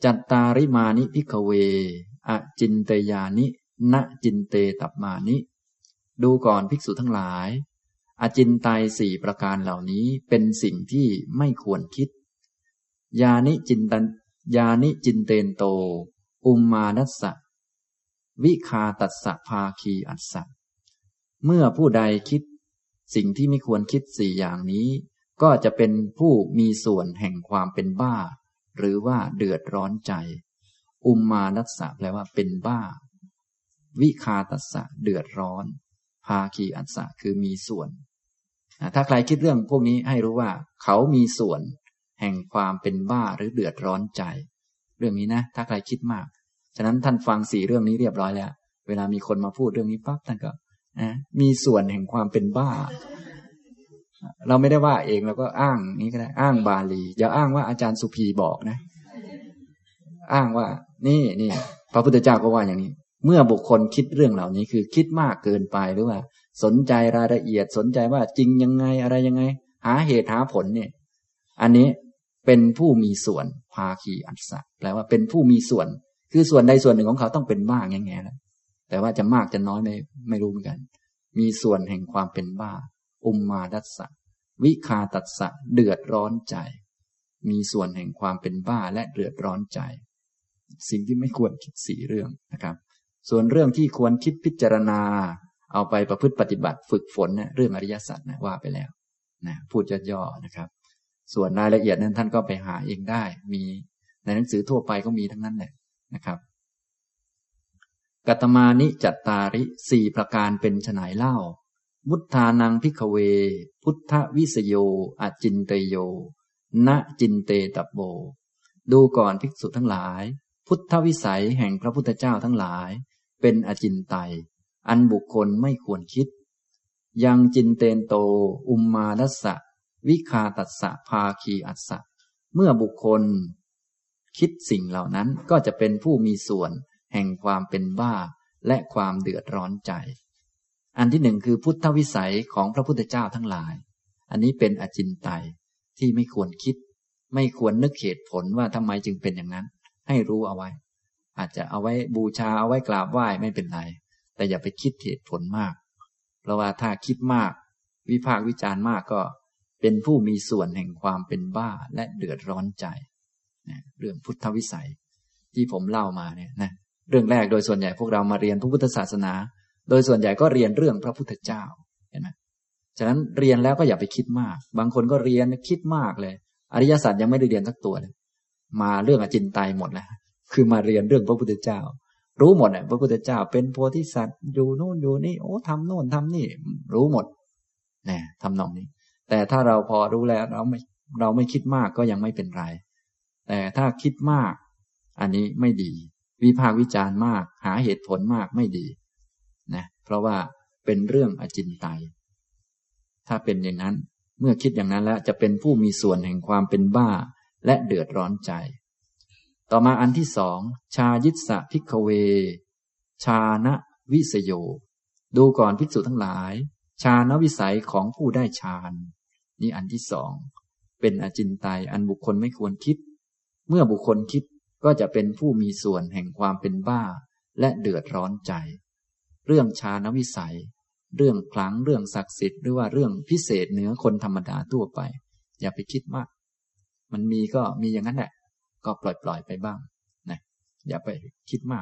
จัตตาริมานิภิกขเวอจินเตยานิณจินเตตัปมานิดูก่อนภิกษุทั้งหลายอจินไตยสี่ประการเหล่านี้เป็นสิ่งที่ไม่ควรคิดยานิจินเตนโตอุมมานัสสะวิคาตัสสะภาคีอัสสะเมื่อผู้ใดคิดสิ่งที่ไม่ควรคิดสี่อย่างนี้ก็จะเป็นผู้มีส่วนแห่งความเป็นบ้าหรือว่าเดือดร้อนใจอุมมานัสสะแปลว่าเป็นบ้าวิคาตัสสะเดือดร้อนภาคีอัสสะคือมีส่วนถ้าใครคิดเรื่องพวกนี้ให้รู้ว่าเขามีส่วนแห่งความเป็นบ้าหรือเดือดร้อนใจเรื่องนี้นะถ้าใครคิดมากฉะนั้นท่านฟัง4เรื่องนี้เรียบร้อยแล้วเวลามีคนมาพูดเรื่องนี้ปั๊บท่านก็มีส่วนแห่งความเป็นบ้าเราไม่ได้ว่าเองเราก็อ้างนี้ก็ได้อ้างบาลีอย่าอ้างว่าอาจารย์สุภีบอกนะอ้างว่านี่พระพุทธเจ้าก็ว่าอย่างนี้เมื่อบุคคลคิดเรื่องเหล่านี้คือคิดมากเกินไปหรือว่าสนใจรายละเอียดสนใจว่าจริงยังไงอะไรยังไงหาเหตุหาผลเนี่ยอันนี้เป็นผู้มีส่วนภาคีอัสสะแปลว่าเป็นผู้มีส่วนคือส่วนใดส่วนหนึ่งของเขาต้องเป็นบ้าแง่ๆแล้วแต่ว่าจะมากจะน้อยไม่รู้เหมือนกันมีส่วนแห่งความเป็นบ้าอุมมาดัสสะวิคาตัสสะเดือดร้อนใจมีส่วนแห่งความเป็นบ้าและเดือดร้อนใจสิ่งที่ไม่ควรคิด4เรื่องนะครับส่วนเรื่องที่ควรคิดพิจารณาเอาไปประพฤติปฏิบัติฝึกฝนเนี่ยเรื่องอริยสัจนะว่าไปแล้วนะพูดย่อๆนะครับส่วนรายละเอียดนั้นท่านก็ไปหาเองได้มีในหนังสือทั่วไปก็มีทั้งนั้นแหละนะครับกัตตมานิจัตตาริ4ประการเป็นไฉนเล่ามุทธานังภิกขเวพุทธวิสโยอจินเตโยณจินเตตัปโบดูก่อนภิกษุทั้งหลายพุทธวิสัยแห่งพระพุทธเจ้าทั้งหลายเป็นอจินไตยอันบุคคลไม่ควรคิดยังจินเตนโตอุมมาดัสสะวิคาตัสสะภาคีอัสสะเมื่อบุคคลคิดสิ่งเหล่านั้นก็จะเป็นผู้มีส่วนแห่งความเป็นบ้าและความเดือดร้อนใจอันที่หนึ่งคือพุทธวิสัยของพระพุทธเจ้าทั้งหลายอันนี้เป็นอจินไตยที่ไม่ควรคิดไม่ควรนึกเหตุผลว่าทำไมจึงเป็นอย่างนั้นให้รู้เอาไว้อาจจะเอาไว้บูชาเอาไว้กราบไหว้ไม่เป็นไรแต่อย่าไปคิดเหตุผลมากเพราะว่าถ้าคิดมากวิพากษ์วิจารณ์มากก็เป็นผู้มีส่วนแห่งความเป็นบ้าและเดือดร้อนใจเรื่องพุทธวิสัยที่ผมเล่ามาเนี่ยนะเรื่องแรกโดยส่วนใหญ่พวกเรามาเรียนพระพุทธศาสนาโดยส่วนใหญ่ก็เรียนเรื่องพระพุทธเจ้าเห็นไหมฉะนั้นเรียนแล้วก็อย่าไปคิดมากบางคนก็เรียนคิดมากเลยอริยสัจยังไม่ได้เรียนสักตัวเลยมาเรื่องอจินไตยหมดแล้วคือมาเรียนเรื่องพระพุทธเจ้ารู้หมดพระพุทธเจ้าเป็นโพธิสัตว์อยู่โน่นอยู่นี่โอ้ทำโน่นทำนี่รู้หมดเนี่ยทำนองนี้แต่ถ้าเราพอรู้แล้วเราไม่คิดมากก็ยังไม่เป็นไรแต่ถ้าคิดมากอันนี้ไม่ดีวิพากษ์วิจารณ์มากหาเหตุผลมากไม่ดีนะเพราะว่าเป็นเรื่องอจินไตยถ้าเป็นอย่างนั้นเมื่อคิดอย่างนั้นแล้วจะเป็นผู้มีส่วนแห่งความเป็นบ้าและเดือดร้อนใจต่อมาอันที่สองชายิสสะภิกขเวชานะวิสโยดูก่อนภิกษุทั้งหลายชานะวิสัยของผู้ได้ฌานนี่อันที่สองเป็นอจินไตยอันบุคคลไม่ควรคิดเมื่อบุคคลคิดก็จะเป็นผู้มีส่วนแห่งความเป็นบ้าและเดือดร้อนใจเรื่องฌานวิสัยเรื่องขลังเรื่องศักดิ์สิทธิ์หรือว่าเรื่องพิเศษเหนือคนธรรมดาทั่วไปอย่าไปคิดมากมันมีก็มีอย่างนั้นแหละก็ปล่อยไปบ้างนะอย่าไปคิดมาก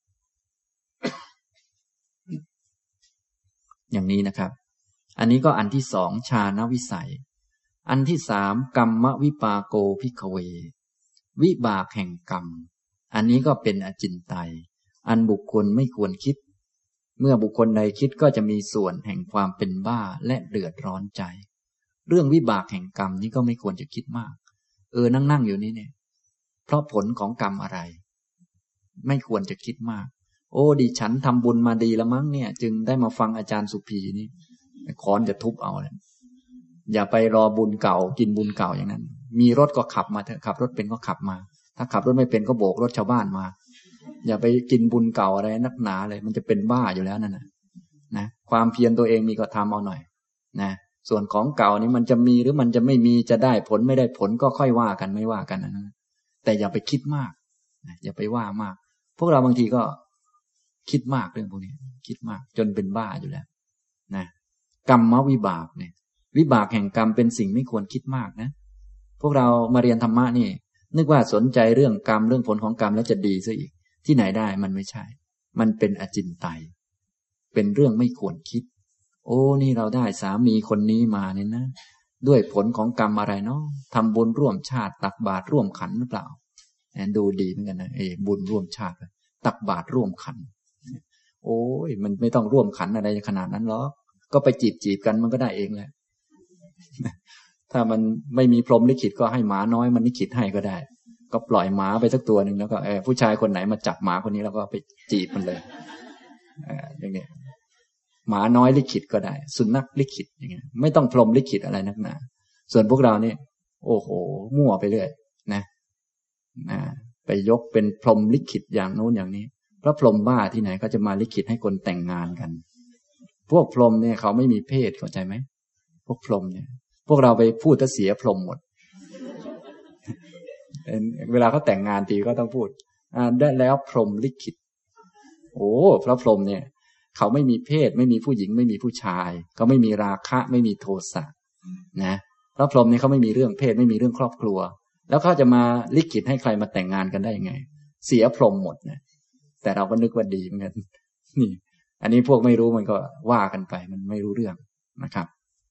อย่างนี้นะครับอันนี้ก็อันที่สองฌานวิสัยอันที่สามกรรมวิปาโกภิกขเววิบากแห่งกรรมอันนี้ก็เป็นอจินไตยอันบุคคลไม่ควรคิดเมื่อบุคคลใดคิดก็จะมีส่วนแห่งความเป็นบ้าและเดือดร้อนใจเรื่องวิบากแห่งกรรมนี้ก็ไม่ควรจะคิดมากนั่งอยู่นี่เนี่ยเพราะผลของกรรมอะไรไม่ควรจะคิดมากโอ้ดิฉันทำบุญมาดีแล้วมั้งเนี่ยจึงได้มาฟังอาจารย์สุภีนี่ค้อนจะทุบเอาเลยอย่าไปรอบุญเก่ากินบุญเก่าอย่างนั้นมีรถก็ขับมาเถอะขับรถเป็นก็ขับมาถ้าขับรถไม่เป็นก็โบกรถชาวบ้านมาอย่าไปกินบุญเก่าอะไรนักหนาเลยมันจะเป็นบ้าอยู่แล้วนั่นนะความเพียรตัวเองมีก็ทำเอาหน่อยนะส่วนของเก่านี้มันจะมีหรือมันจะไม่มีจะได้ผลไม่ได้ผลก็ค่อยว่ากันไม่ว่ากันนะแต่อย่าไปคิดมากอย่าไปว่ามากพวกเราบางทีก็คิดมากเรื่องพวกนี้คิดมากจนเป็นบ้าอยู่แล้วนะกรรมวิบากเนี่ยวิบากแห่งกรรมเป็นสิ่งไม่ควรคิดมากนะพวกเรามาเรียนธรรมะนี่นึกว่าสนใจเรื่องกรรมเรื่องผลของกรรมแล้วจะดีซะอีกที่ไหนได้มันไม่ใช่มันเป็นอจินไตยเป็นเรื่องไม่ควรคิดโอ้นี่เราได้สามีคนนี้มาเนี่ยนะด้วยผลของกรรมอะไรเนาะทำบุญร่วมชาติตักบาตรร่วมขันหรือเปล่าดูดีเหมือนกันนะบุญร่วมชาติตักบาตรร่วมขันโอ้ยมันไม่ต้องร่วมขันอะไรขนาดนั้นหรอกก็ไปจีบกันมันก็ได้เองแหละถ้ามันไม่มีพรหมลิขิตก็ให้หมาน้อยมันลิขิตให้ก็ได้ก็ปล่อยหมาไปสักตัวหนึ่งแล้วก็ผู้ชายคนไหนมาจับหมาคนนี้แล้วก็ไปจีบมันเลยอย่างนี้หมาน้อยลิขิตก็ได้สุนัขลิขิตอย่างเงี้ยไม่ต้องพรหมลิขิตอะไรนักหนาส่วนพวกเรานี่โอ้โหมั่วไปเรื่อยนะไปยกเป็นพรหมลิขิตอย่างโน้นอย่างนี้เพราะพรหมบ้าที่ไหนก็จะมาลิขิตให้คนแต่งงานกันพวกพรหมเนี่ยเขาไม่มีเพศเข้าใจไหมพวกพรหมเนี่ยพวกเราไปพูดจะเสียพรหมหมดเวลาเขาแต่งงานทีก็ต้องพูดได้แล้วพรหมลิขิตโอ้พระพรหมเนี่ยเขาไม่มีเพศไม่มีผู้หญิงไม่มีผู้ชายเขาไม่มีราคะไม่มีโทสะนะพระพรหมเนี่ยเขาไม่มีเรื่องเพศไม่มีเรื่องครอบครัวแล้วเขาจะมาลิขิตให้ใครมาแต่งงานกันได้ยังไงเสียพรหมหมดนะแต่เราก็นึกว่าดีเหมือนกันนี่อันนี้พวกไม่รู้มันก็ว่ากันไปมันไม่รู้เรื่องนะครับ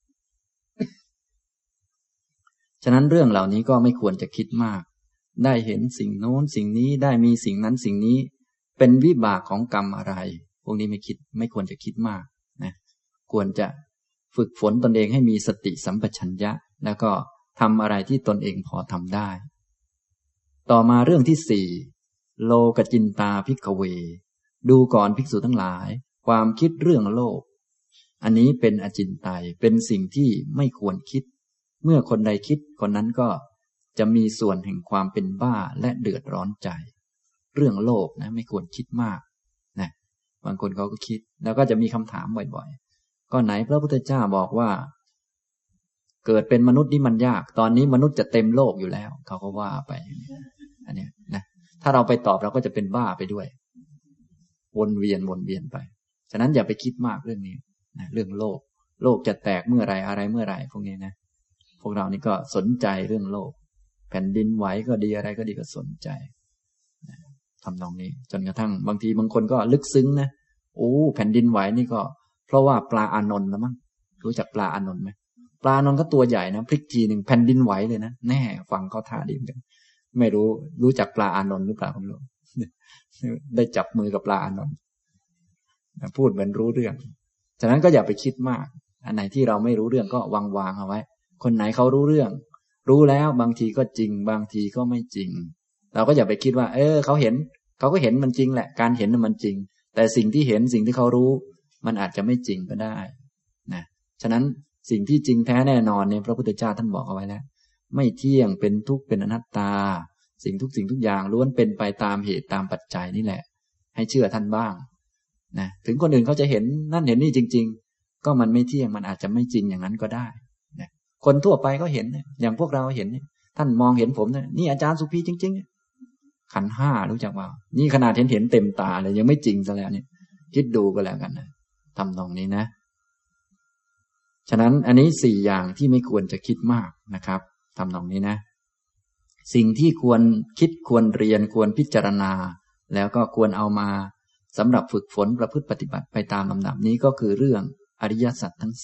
ฉะนั้นเรื่องเหล่านี้ก็ไม่ควรจะคิดมากได้เห็นสิ่งโน้นสิ่งนี้ได้มีสิ่งนั้นสิ่งนี้เป็นวิบากของกรรมอะไรพวกนี้ไม่ควรจะคิดมากนะควรจะฝึกฝนตนเองให้มีสติสัมปชัญญะแล้วก็ทำอะไรที่ตนเองพอทำได้ต่อมาเรื่องที่สี่โลกจินตาภิกขเวดูก่อนภิกษุทั้งหลายความคิดเรื่องโลกอันนี้เป็นอจินไตยเป็นสิ่งที่ไม่ควรคิดเมื่อคนใดคิดคนนั้นก็จะมีส่วนแห่งความเป็นบ้าและเดือดร้อนใจเรื่องโลกนะไม่ควรคิดมากนะบางคนเขาก็คิดแล้วก็จะมีคำถามบ่อยๆก็ไหนพระพุทธเจ้าบอกว่าเกิดเป็นมนุษย์นี่มันยากตอนนี้มนุษย์จะเต็มโลกอยู่แล้วเขาก็ว่าไปอันนี้นะถ้าเราไปตอบเราก็จะเป็นบ้าไปด้วยวนเวียนไปฉะนั้นอย่าไปคิดมากเรื่องนี้นะเรื่องโลกจะแตกเมื่อไรอะไรเมื่อไรพวกนี้นะพวกเรานี่ก็สนใจเรื่องโลกแผ่นดินไหวก็ดีอะไรก็ดีก็สนใจนะทำนองนี้จนกระทั่งบางทีบางคนก็ลึกซึ้งนะโอ้แผ่นดินไหวนี่ก็เพราะว่าปลาอานนท์นะมั้งรู้จักปลาอานนท์ไหมปลาอานนท์ก็ตัวใหญ่นะพลิกทีหนึ่งแผ่นดินไหวเลยนะแน่ฟังเขาท่าดีเหมือนกันไม่รู้จักปลาอานนท์หรือเปล่าไม่รู้ได้จับมือกับปลาอานนท์พูดเหมือนรู้เรื่องฉะนั้นก็อย่าไปคิดมากอันไหนที่เราไม่รู้เรื่องก็วางเอาไว้คนไหนเขารู้เรื่องรู้แล้วบางทีก็จริงบางทีก็ไม่จริงเราก็อย่าไปคิดว่าเขาเห็นเขาก็เห็นมันจริงแหละการเห็นมันจริงแต่สิ่งที่เห็นสิ่งที่เขารู้มันอาจจะไม่จริงก็ได้นะฉะนั้นสิ่งที่จริงแท้แน่นอนเนี่ยพระพุทธเจ้าท่านบอกเอาไว้แล้วไม่เที่ยงเป็นทุกข์เป็นอนัตตาสิ่งทุกอย่างล้วนเป็นไปตามเหตุตามปัจจัยนี่แหละให้เชื่อท่านบ้างนะถึงคนอื่นเขาจะเห็นนั่นเห็นนี่จริงๆก็มันไม่เที่ยงมันอาจจะไม่จริงอย่างนั้นก็ได้นะคนทั่วไปก็เห็นอย่างพวกเราเห็นท่านมองเห็นผมนี่อาจารย์สุภีจริงๆขันธ์ห้ารู้จักว่านี่ขนาดเห็นเต็มตาเลยยังไม่จริงซะแล้วเนี่ยคิดดูก็แล้วกันนะทำตรงนี้นะฉะนั้นอันนี้4อย่างที่ไม่ควรจะคิดมากนะครับทำตรงนี้นะสิ่งที่ควรคิดควรเรียนควรพิจารณาแล้วก็ควรเอามาสำหรับฝึกฝนประพฤติปฏิบัติไปตามลำดับนี้ก็คือเรื่องอริยสัจทั้ง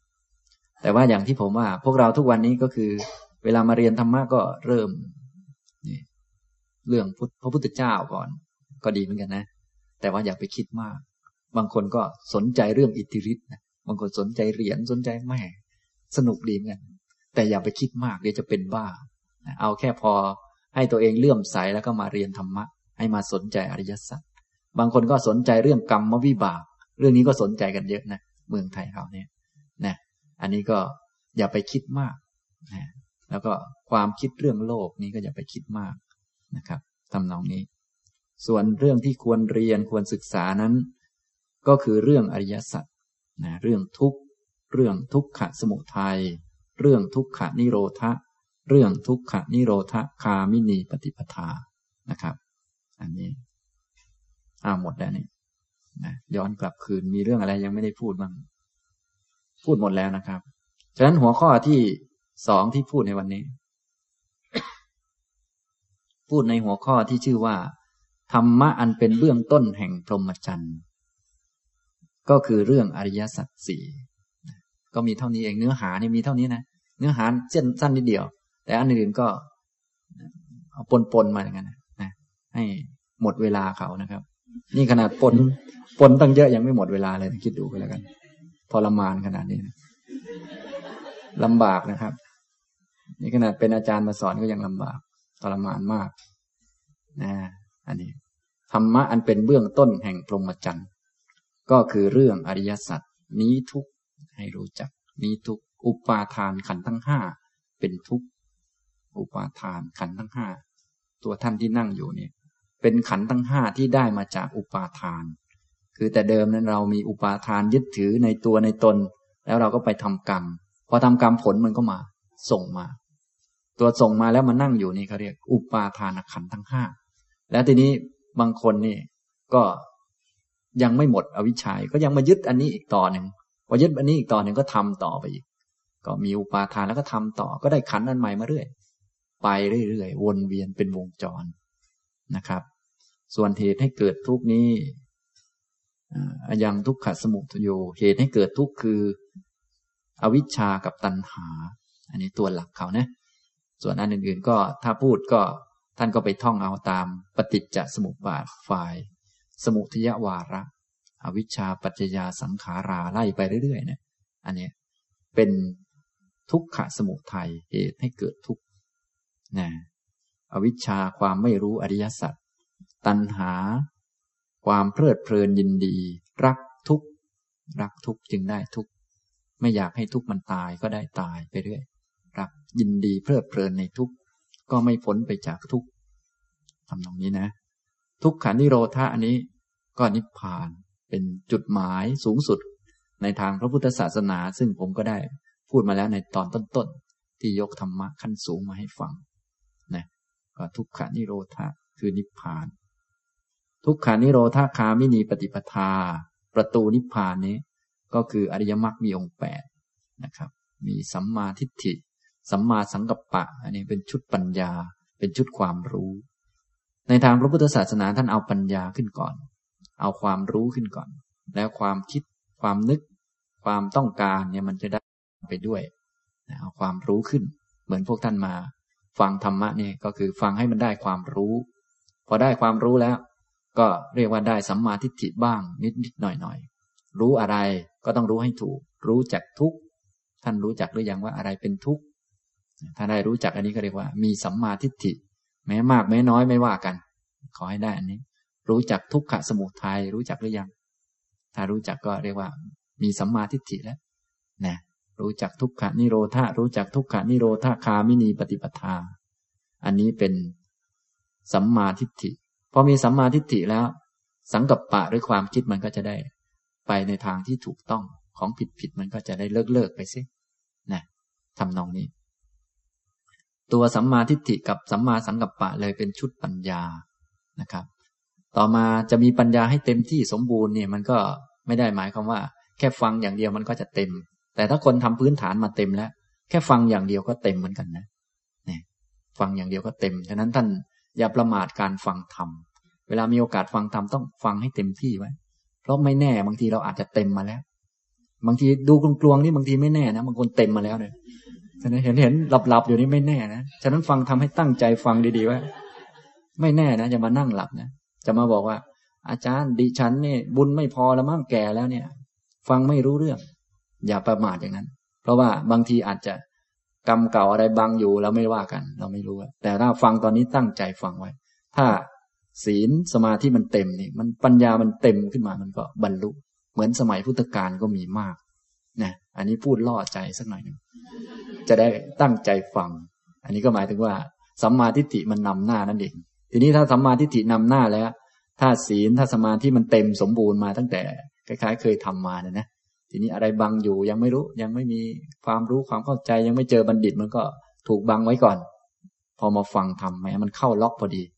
4แต่ว่าอย่างที่ผมว่าพวกเราทุกวันนี้ก็คือเวลามาเรียนธรรมะก็เริ่มเรื่องพระพุทธเจ้าก่อนก็ดีเหมือนกันนะแต่ว่าอย่าไปคิดมากบางคนก็สนใจเรื่องอิทธิฤทธิ์นะบางคนสนใจเหรียญสนใจแม่สนุกดีเหมือนกันแต่อย่าไปคิดมากเดี๋ยวจะเป็นบ้าเอาแค่พอให้ตัวเองเลื่อมใสแล้วก็มาเรียนธรรมะให้มาสนใจอริยสัจบางคนก็สนใจเรื่องกรรมวิบากเรื่องนี้ก็สนใจกันเยอะนะเมืองไทยเราเนี่ยนะอันนี้ก็อย่าไปคิดมากนะแล้วก็ความคิดเรื่องโลกนี้ก็อย่าไปคิดมากนะครับทำนองนี้ส่วนเรื่องที่ควรเรียนควรศึกษานั้นก็คือเรื่องอริยสัจนะเรื่องทุกข์เรื่องทุกขสมุทัยเรื่องทุกขนิโรธะเรื่องทุกขนิโรธคามินีปฏิปทานะครับอันนี้หมดแล้วนี่นะย้อนกลับคืนมีเรื่องอะไรยังไม่ได้พูดบ้างพูดหมดแล้วนะครับฉะนั้นหัวข้อที่2ที่พูดในวันนี้ พูดในหัวข้อที่ชื่อว่าธรรมะอันเป็นเบื้องต้นแห่งพรหมจรรย์ก็คือเรื่องอริยสัจสี่ก็มีเท่านี้เองเนื้อหานี่มีเท่านี้นะเนื้อหาสั้นนิดเดียวแต่อันอื่นก็เอาปนมาอย่างนั้นนะให้หมดเวลาเขานะครับนี่ขนาดปนตั้งเยอะยังไม่หมดเวลาเลยคิดดูไปแล้วกันทรมานขนาดนี้นะลำบากนะครับนี่ขนาดเป็นอาจารย์มาสอนก็ยังลำบากทรมานมากนะอันนี้ธรรมะอันเป็นเบื้องต้นแห่งพรหมจรรย์ก็คือเรื่องอริยสัจนี้ทุกข์ให้รู้จักนี้ทุกข์อุปาทานขันธ์ทั้ง5เป็นทุกข์อุปาทานขันธ์ทั้ง5ตัวท่านที่นั่งอยู่เนี่ยเป็นขันธ์ทั้ง5ที่ได้มาจากอุปาทานคือแต่เดิมนั้นเรามีอุปาทานยึดถือในตัวในตนแล้วเราก็ไปทำกรรมพอทำกรรมผลมันก็มาส่งมาตัวส่งมาแล้วมานั่งอยู่นี่เขาเรียกอุปาทานขันธ์ทั้ง5แล้วทีนี้บางคนนี่ก็ยังไม่หมดอวิชชาก็ยังมายึดอันนี้อีกต่อหนึ่งพอยึดอันนี้อีกต่อหนึ่งก็ทำต่อไปอีกก็มีอุปาทานแล้วก็ทำต่อก็ได้ขันธ์อันใหม่มาเรื่อยไปเรื่อยๆวนเวียนเป็นวงจรนะครับส่วนเหตุให้เกิดทุกข์นี้ยังทุกขสมุทัยโยเหตุให้เกิดทุกข์คืออวิชชากับตัณหาอันนี้ตัวหลักเขานะส่วนอันอื่นๆก็ถ้าพูดก็ท่านก็ไปท่องเอาตามปฏิจจสมุปบาทฝ่ายสมุทัยวาระอวิชชาปัจจยาสังขาราไล่ไปเรื่อยๆนะอันนี้เป็นทุกขสมุทัยเหตุให้เกิดทุกข์นะอวิชชาความไม่รู้อริยสัจตัณหาความเพลิดเพลินยินดีรักทุกข์จึงได้ทุกข์ไม่อยากให้ทุกข์มันตายก็ได้ตายไปเรื่อยรักยินดีเพลิดเพลินในทุกข์ก็ไม่พ้นไปจากทุกข์ทำตรงนี้นะทุกขานิโรธะอันนี้ก็นิพพานเป็นจุดหมายสูงสุดในทางพระพุทธศาสนาซึ่งผมก็ได้พูดมาแล้วในตอนต้นๆที่ยกธรรมะขั้นสูงมาให้ฟังนะก็ทุกขานิโรธะคือนิพพานทุกขานิโรธาคามินีปฏิปทาประตูนิพพานนี้ก็คืออริยมรรคมีองค์8นะครับมีสัมมาทิฏฐิสัมมาสังกัปปะอันนี้เป็นชุดปัญญาเป็นชุดความรู้ในทางพระพุทธศาสนาท่านเอาปัญญาขึ้นก่อนเอาความรู้ขึ้นก่อนแล้วความคิดความนึกความต้องการเนี่ยมันจะได้ไปด้วยเอาความรู้ขึ้นเหมือนพวกท่านมาฟังธรรมะนี่ก็คือฟังให้มันได้ความรู้พอได้ความรู้แล้วก็เรียกว่าได้สัมมาทิฏฐิบ้างนิดหน่อยรู้อะไรก็ต้องรู้ให้ถูกรู้จักทุกข์ท่านรู้จักหรือยังว่าอะไรเป็นทุกข์ถ้าได้รู้จักอันนี้ก็เรียกว่ามีสัมมาทิฏฐิแม้มากแม้น้อยไม่ว่ากันขอให้ได้อันนี้รู้จักทุกขสมุทัยรู้จักหรือยังถ้ารู้จักก็เรียกว่ามีสัมมาทิฏฐิแล้วนะรู้จักทุกขนิโรธารู้จักทุกขนิโรธาคามินีปฏิปทาอันนี้เป็นสัมมาทิฏฐิพอมีสัมมาทิฏฐิแล้วสังกัปปะหรือความคิดมันก็จะได้ไปในทางที่ถูกต้องของผิดมันก็จะได้เลิกไปสินะทำนองนี้ตัวสัมมาทิฏฐิกับสัมมาสังกัปปะเลยเป็นชุดปัญญานะครับต่อมาจะมีปัญญาให้เต็มที่สมบูรณ์เนี่ยมันก็ไม่ได้หมายความว่าแค่ฟังอย่างเดียวมันก็จะเต็มแต่ถ้าคนทำพื้นฐานมาเต็มแล้วแค่ฟังอย่างเดียวก็เต็มเหมือนกันนะนี่ฟังอย่างเดียวก็เต็มฉะนั้นท่านอย่าประมาทการฟังธรรมเวลามีโอกาสฟังธรรมต้องฟังให้เต็มที่ไว้เพราะไม่แน่บางทีเราอาจจะเต็มมาแล้วบางทีดูกลวงๆนี่บางทีไม่แน่นะบางคนเต็มมาแล้วเนี่ยฉะนั้นเห็นหลับอยู่นี่ไม่แน่นะฉะนั้นฟังทำให้ตั้งใจฟังดีๆไว้ไม่แน่นะจะมานั่งหลับนะจะมาบอกว่าอาจารย์ดิฉันเนี่ยบุญไม่พอแล้วมั่งแก่แล้วเนี่ยฟังไม่รู้เรื่องอย่าประมาทอย่างนั้นเพราะว่าบางทีอาจจะกรรมเก่าอะไรบังอยู่เราไม่ว่ากันเราไม่รู้แต่ถ้าฟังตอนนี้ตั้งใจฟังไว้ถ้าศีลสมาธิมันเต็มนี่มันปัญญามันเต็มขึ้นมามันก็บรรลุเหมือนสมัยพุทธกาลก็มีมากนะอันนี้พูดล่อใจสักหน่อยนึงจะได้ตั้งใจฟังอันนี้ก็หมายถึงว่าสัมมาทิฏฐิมันนำหน้านั่นเองทีนี้ถ้าสัมมาทิฏฐินำหน้าแล้วถ้าศีลถ้าสมาธิมันเต็มสมบูรณ์มาตั้งแต่คล้ายๆเคยทำมาเนี่ยนะทีนี้อะไรบังอยู่ยังไม่รู้ยังไม่มีความรู้ความเข้าใจยังไม่เจอบัณฑิตมันก็ถูกบังไว้ก่อนพอมาฟังธรรมแม้มันเข้าล็อกพอดี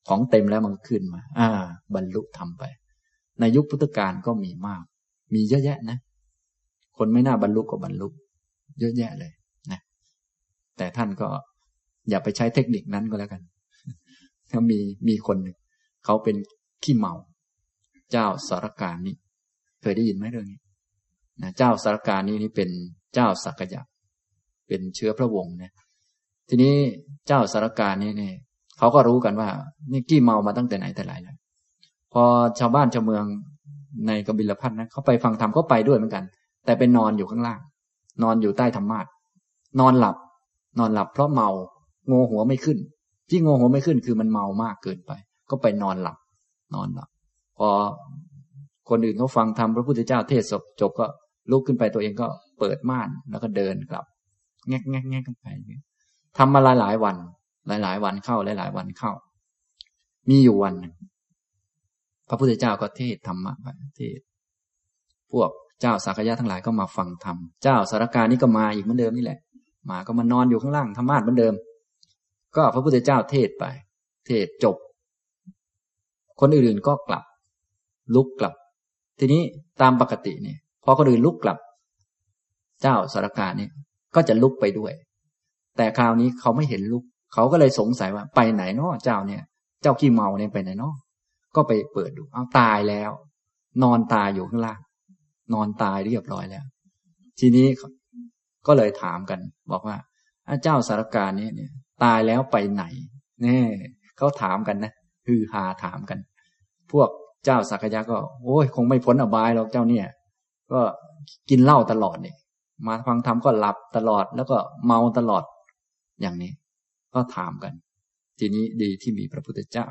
ของเต็มแล้วมันขึ้นมาบรรลุธรรมไปในยุคพุทธกาลก็มีมากมีเยอะแยะนะคนไม่น่าบรรลุก็บรรลุเยอะแยะเลยนะแต่ท่านก็อย่าไปใช้เทคนิคนั้นก็แล้วกันถ้ามีคนเขาเป็นขี้เมาเจ้าสารกานิเคยได้ยินไหมเรื่องนี้นะเจ้าสารกานินี่เป็นเจ้าสักยะเป็นเชื้อพระวงศ์นะทีนี้เจ้าสารกานินี่เขาก็รู้กันว่านี่ขี้เมามาตั้งแต่ไหนแต่ไรแล้วพอชาวบ้านชาวเมืองในกบิลพัสนะเขาไปฟังธรรมเขาไปด้วยเหมือนกันแต่เป็นนอนอยู่ข้างล่างนอนอยู่ใต้ธรรมาสน์นอนหลับเพราะเมาโงหัวไม่ขึ้นที่โงหัวไม่ขึ้นคือมันเมามากเกินไปก็ไปนอนหลับพอคนอื่นเขาฟังธรรมพระพุทธเจ้าเทศจบก็ลุกขึ้นไปตัวเองก็เปิดม่านแล้วก็เดินกลับแงกกันไปทำมาหลายวันเข้าหลายวันเข้ามีอยู่วันหนึ่งพระพุทธเจ้าก็เทศธรรมะไปเทศพวกเจ้าสักยะทั้งหลายก็มาฟังธรรมเจ้าสารกานี่ก็มาอีกเหมือนเดิมนี่แหละมาก็มานอนอยู่ข้างล่างธรรมาสน์เหมือนเดิมก็พระพุทธเจ้าเทศไปเทศจบคนอื่นๆก็กลับลุกกลับทีนี้ตามปกติเนี่ยพอคนอื่นลุกกลับเจ้าสารกานี่ก็จะลุกไปด้วยแต่คราวนี้เขาไม่เห็นลุกเขาก็เลยสงสัยว่าไปไหนเนาะเจ้าเนี่ยเจ้าขี้เมาเนี่ยไปไหนเนาะก็ไปเปิดดูเอาตายแล้วนอนตายอยู่ข้างล่างนอนตายเรียบร้อยแล้วทีนี้ก็เลยถามกันบอกว่าเจ้าสารกานี่เนี่ยตายแล้วไปไหนเนี่ยเขาถามกันนะฮือฮาถามกันพวกเจ้าสักยะก็โอ้ยคงไม่พ้นอบายหรอกเจ้าเนี่ยก็กินเหล้าตลอดเนี่ยมาฟังธรรมก็หลับตลอดแล้วก็เมาตลอดอย่างนี้ก็ถามกันทีนี้ดีที่มีพระพุทธเจ้า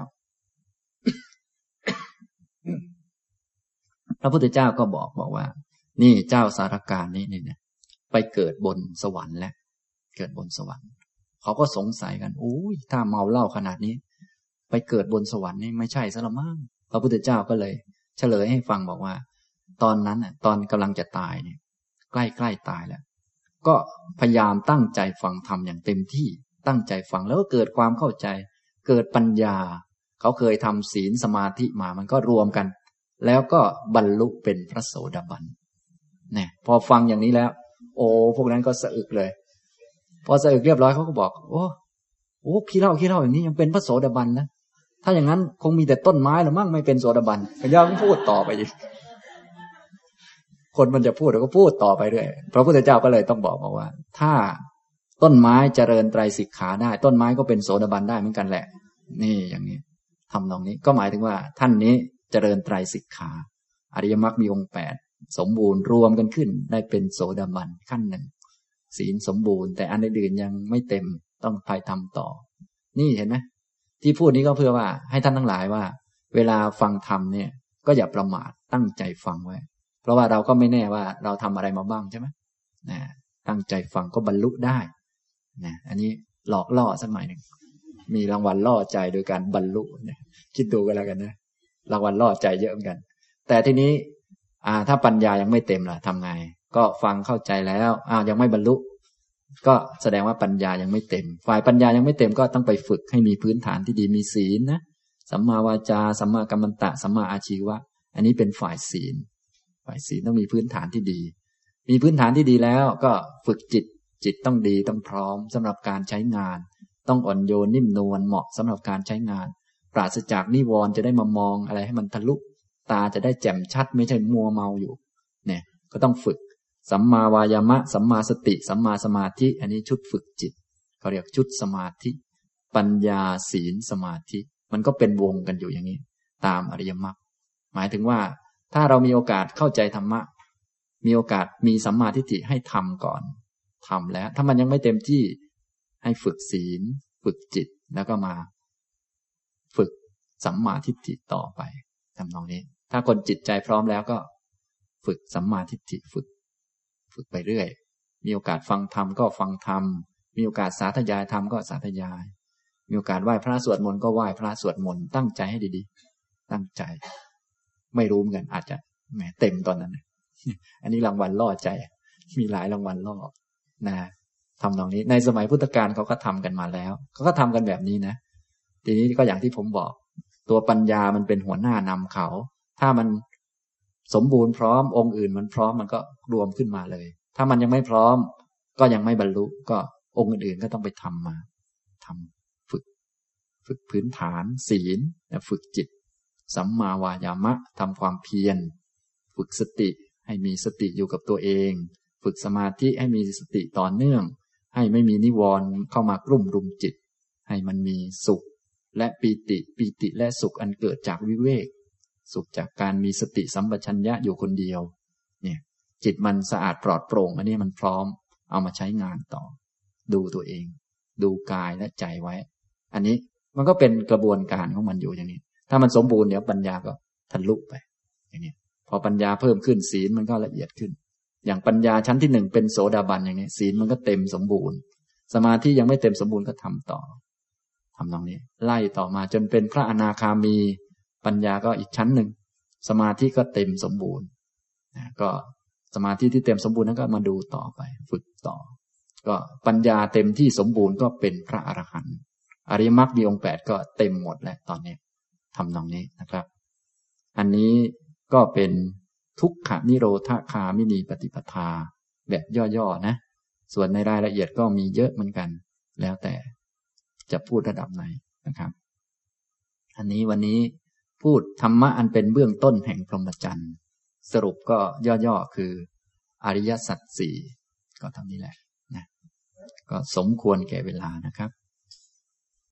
พระพุทธเจ้าก็บอกว่านี่เจ้าสารกานี่เนี่ยไปเกิดบนสวรรค์แล้วเกิดบนสวรรค์เขาก็สงสัยกันโอ้ยถ้าเมาเหล้าขนาดนี้ไปเกิดบนสวรรค์นี่ไม่ใช่ซะละมั้งพระพุทธเจ้าก็เลยเฉลยให้ฟังบอกว่าตอนนั้นน่ะตอนกำลังจะตายเนี่ยใกล้ตายแล้วก็พยายามตั้งใจฟังธรรมอย่างเต็มที่ตั้งใจฟังแล้วก็เกิดความเข้าใจเกิดปัญญาเขาเคยทำศีลสมาธิมามันก็รวมกันแล้วก็บรรลุเป็นพระโสดาบันเนี่ยพอฟังอย่างนี้แล้วโอ้พวกนั้นก็สะอึกเลยพอสะอึกเรียบร้อยเขาก็บอกโอ้ขี้เหล้าอย่างนี้ยังเป็นพระโสดาบันนะถ้าอย่างนั้นคงมีแต่ต้นไม้หรือมั่งไม่เป็นโสดาบันก็ย่อมพูดต่อไปอีกคนมันจะพูดแล้วก็พูดต่อไปเรื่อยพระพุทธเจ้าก็เลยต้องบอกว่าถ้าต้นไม้เจริญไตรสิกขาได้ต้นไม้ก็เป็นโสดาบันได้เหมือนกันแหละนี่อย่างนี้ทำตรงนี้ก็หมายถึงว่าท่านนี้เจริญไตรสิกขาอริยมรรคมีองค์8สมบูรณ์รวมกันขึ้นได้เป็นโสดาบันขั้นหนึ่งศีลสมบูรณ์แต่อันอื่นยังไม่เต็มต้องไปทำต่อนี่เห็นไหมที่พูดนี้ก็เพื่อว่าให้ท่านทั้งหลายว่าเวลาฟังธรรมเนี่ยก็อย่าประมาทตั้งใจฟังไว้เพราะว่าเราก็ไม่แน่ว่าเราทำอะไรมาบ้างใช่ไหมนะตั้งใจฟังก็บรรลุได้นะอันนี้หลอกล่อสักหน่อยหนึ่งมีรางวัลล่อใจโดยการบรรลุนะคิดดูกันแล้วกันนะรางวัลล่อใจเยอะเหมือนกันแต่ทีนี้ถ้าปัญญายังไม่เต็มล่ะทำไงก็ฟังเข้าใจแล้วยังไม่บรรลุก็แสดงว่าปัญญายังไม่เต็มฝ่ายปัญญายังไม่เต็มก็ต้องไปฝึกให้มีพื้นฐานที่ดีมีศีลนะสัมมาวาจาสัมมากัมมันตะสัมมาอาชีวะอันนี้เป็นฝ่ายศีลต้องมีพื้นฐานที่ดีมีพื้นฐานที่ดีแล้วก็ฝึกจิตต้องดีต้องพร้อมสำหรับการใช้งานต้องอ่อนโยนนิ่มนวลเหมาะสำหรับการใช้งานปราศจากนิวรณ์จะได้มามองอะไรให้มันทะลุตาจะได้แจ่มชัดไม่ใช่มัวเมาอยู่เนี่ยก็ต้องฝึกสัมมาวายามะสัมมาสติสัมมาสมาธิอันนี้ชุดฝึกจิตเขาเรียกชุดสมาธิปัญญาศีลสมาธิมันก็เป็นวงกันอยู่อย่างนี้ตามอริยมรรคหมายถึงว่าถ้าเรามีโอกาสเข้าใจธรรมะมีโอกาสมีสัมมาทิฏฐิให้ทำก่อนทำแล้วถ้ามันยังไม่เต็มที่ให้ฝึกศีลฝึกจิตแล้วก็มาฝึกสัมมาทิฏฐิต่อไปทำนองนี้ถ้าคนจิตใจพร้อมแล้วก็ฝึกสัมมาทิฏฐิฝึกไปเรื่อยมีโอกาสฟังธรรมก็ฟังธรรมมีโอกาสสาธยายธรรมก็สาธยายมีโอกาสไหว้พระสวดมนต์ก็ไหว้พระสวดมนต์ตั้งใจให้ดีๆตั้งใจไม่รู้เหมือนกันอาจจะแหมเต็มตอนนั้นอันนี้รางวัลล่อใจมีหลายรางวัลล่อนะทำตรงนี้ในสมัยพุทธกาลเขาก็ทำกันมาแล้วเขาก็ทำกันแบบนี้นะทีนี้ก็อย่างที่ผมบอกตัวปัญญามันเป็นหัวหน้านำเขาถ้ามันสมบูรณ์พร้อมองค์อื่นมันพร้อมมันก็รวมขึ้นมาเลยถ้ามันยังไม่พร้อมก็ยังไม่บรรลุก็องค์อื่นๆก็ต้องไปทำมาทำฝึกพื้นฐานศีลฝึกจิตสัมมาวายามะทำความเพียรฝึกสติให้มีสติอยู่กับตัวเองฝึกสมาธิให้มีสติต่อเนื่องให้ไม่มีนิวรณ์เข้ามากลุ่มรุมจิตให้มันมีสุขและปีติและสุขอันเกิดจากวิเวกสุขจากการมีสติสัมปชัญญะอยู่คนเดียวเนี่ยจิตมันสะอาดปลอดโปร่งอันนี้มันพร้อมเอามาใช้งานต่อดูตัวเองดูกายและใจไว้อันนี้มันก็เป็นกระบวนการของมันอยู่อย่างนี้ถ้ามันสมบูรณ์เดี๋ยวปัญญาก็ทะลุไปอย่างนี้พอปัญญาเพิ่มขึ้นศีลมันก็ละเอียดขึ้นอย่างปัญญาชั้นที่1เป็นโสดาบันอย่างนี้ศีลมันก็เต็มสมบูรณ์สมาธิยังไม่เต็มสมบูรณ์ก็ทำต่อทำตรงนี้ไล่ต่อมาจนเป็นพระอนาคามีปัญญาก็อีกชั้นหนึ่งสมาธิก็เต็มสมบูรณ์ก็สมาธิที่เต็มสมบูรณ์นั้นก็มาดูต่อไปฝึกต่อก็ปัญญาเต็มที่สมบูรณ์ก็เป็นพระอรหันต์อริยมรรคมีองค์8ก็เต็มหมดแล้วตอนนี้ทำตรงนี้นะครับอันนี้ก็เป็นทุกขนิโรธคามินีปฏิปทาแบบย่อๆนะส่วนในรายละเอียดก็มีเยอะเหมือนกันแล้วแต่จะพูดระดับไหนนะครับอันนี้วันนี้พูดธรรมะอันเป็นเบื้องต้นแห่งพรหมจรรย์สรุปก็ย่อๆคืออริยสัจ 4ก็เท่านี้แหละนะก็สมควรแก่เวลานะครับ